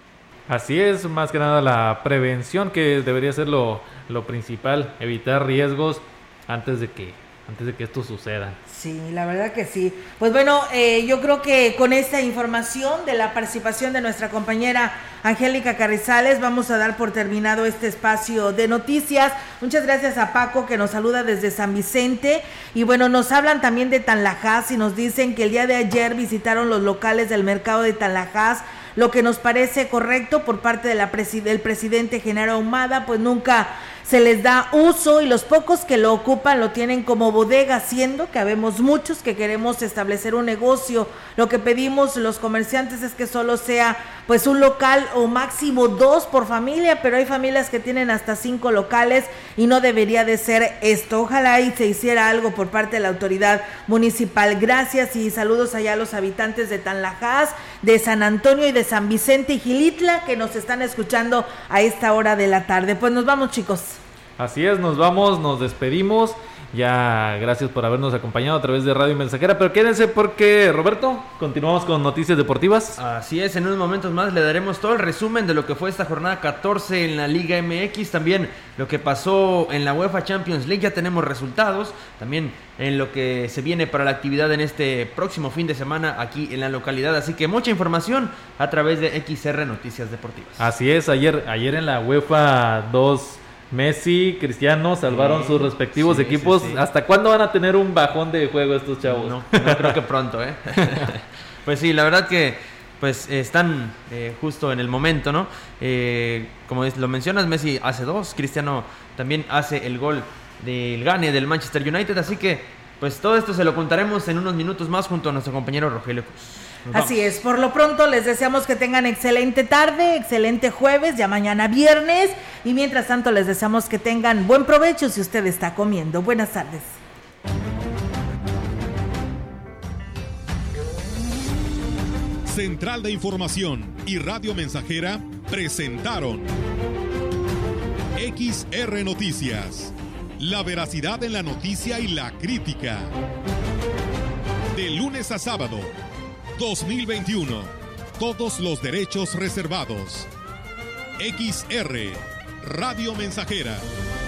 Así es, más que nada la prevención que debería ser lo, lo principal, evitar riesgos antes de que antes de que esto suceda. Sí, la verdad que sí. Pues bueno, eh, yo creo que con esta información de la participación de nuestra compañera Angélica Carrizales vamos a dar por terminado este espacio de noticias. Muchas gracias a Paco que nos saluda desde San Vicente y bueno, nos hablan también de Tanlajas y nos dicen que el día de ayer visitaron los locales del mercado de Tanlajas, lo que nos parece correcto por parte de la presi- del presidente Genaro Ahumada, pues nunca se les da uso y los pocos que lo ocupan lo tienen como bodega, siendo que habemos muchos que queremos establecer un negocio. Lo que pedimos los comerciantes es que solo sea pues un local o máximo dos por familia, pero hay familias que tienen hasta cinco locales y no debería de ser esto. Ojalá y se hiciera algo por parte de la autoridad municipal. Gracias y saludos allá a los habitantes de Tanlajas, de San Antonio y de San Vicente y Gilitla que nos están escuchando a esta hora de la tarde. Pues nos vamos, chicos. Así es, nos vamos, nos despedimos. Ya, gracias por habernos acompañado a través de Radio Mensajera, pero quédense porque, Roberto, continuamos con noticias deportivas. Así es, en unos momentos más le daremos todo el resumen de lo que fue esta jornada catorce en la Liga M X, también lo que pasó en la UEFA Champions League, ya tenemos resultados, también en lo que se viene para la actividad en este próximo fin de semana aquí en la localidad, así que mucha información a través de X R Noticias Deportivas. Así es, ayer, ayer en la UEFA dos... Messi, Cristiano salvaron sí, sus respectivos sí, equipos. Sí, sí. ¿Hasta cuándo van a tener un bajón de juego estos chavos? No, no creo que pronto, ¿eh? Pues sí, la verdad que pues están eh, justo en el momento, ¿no? Eh, como lo mencionas, Messi hace dos, Cristiano también hace el gol del gane del Manchester United, así que pues todo esto se lo contaremos en unos minutos más junto a nuestro compañero Rogelio Cruz. Nos Así vamos. es, por lo pronto les deseamos que tengan excelente tarde, excelente jueves, ya mañana viernes, y mientras tanto les deseamos que tengan buen provecho si usted está comiendo. Buenas tardes. Central de Información y Radio Mensajera presentaron X R Noticias. La veracidad en la noticia y la crítica. De lunes a sábado, dos mil veintiuno. Todos los derechos reservados. X R, Radio Mensajera.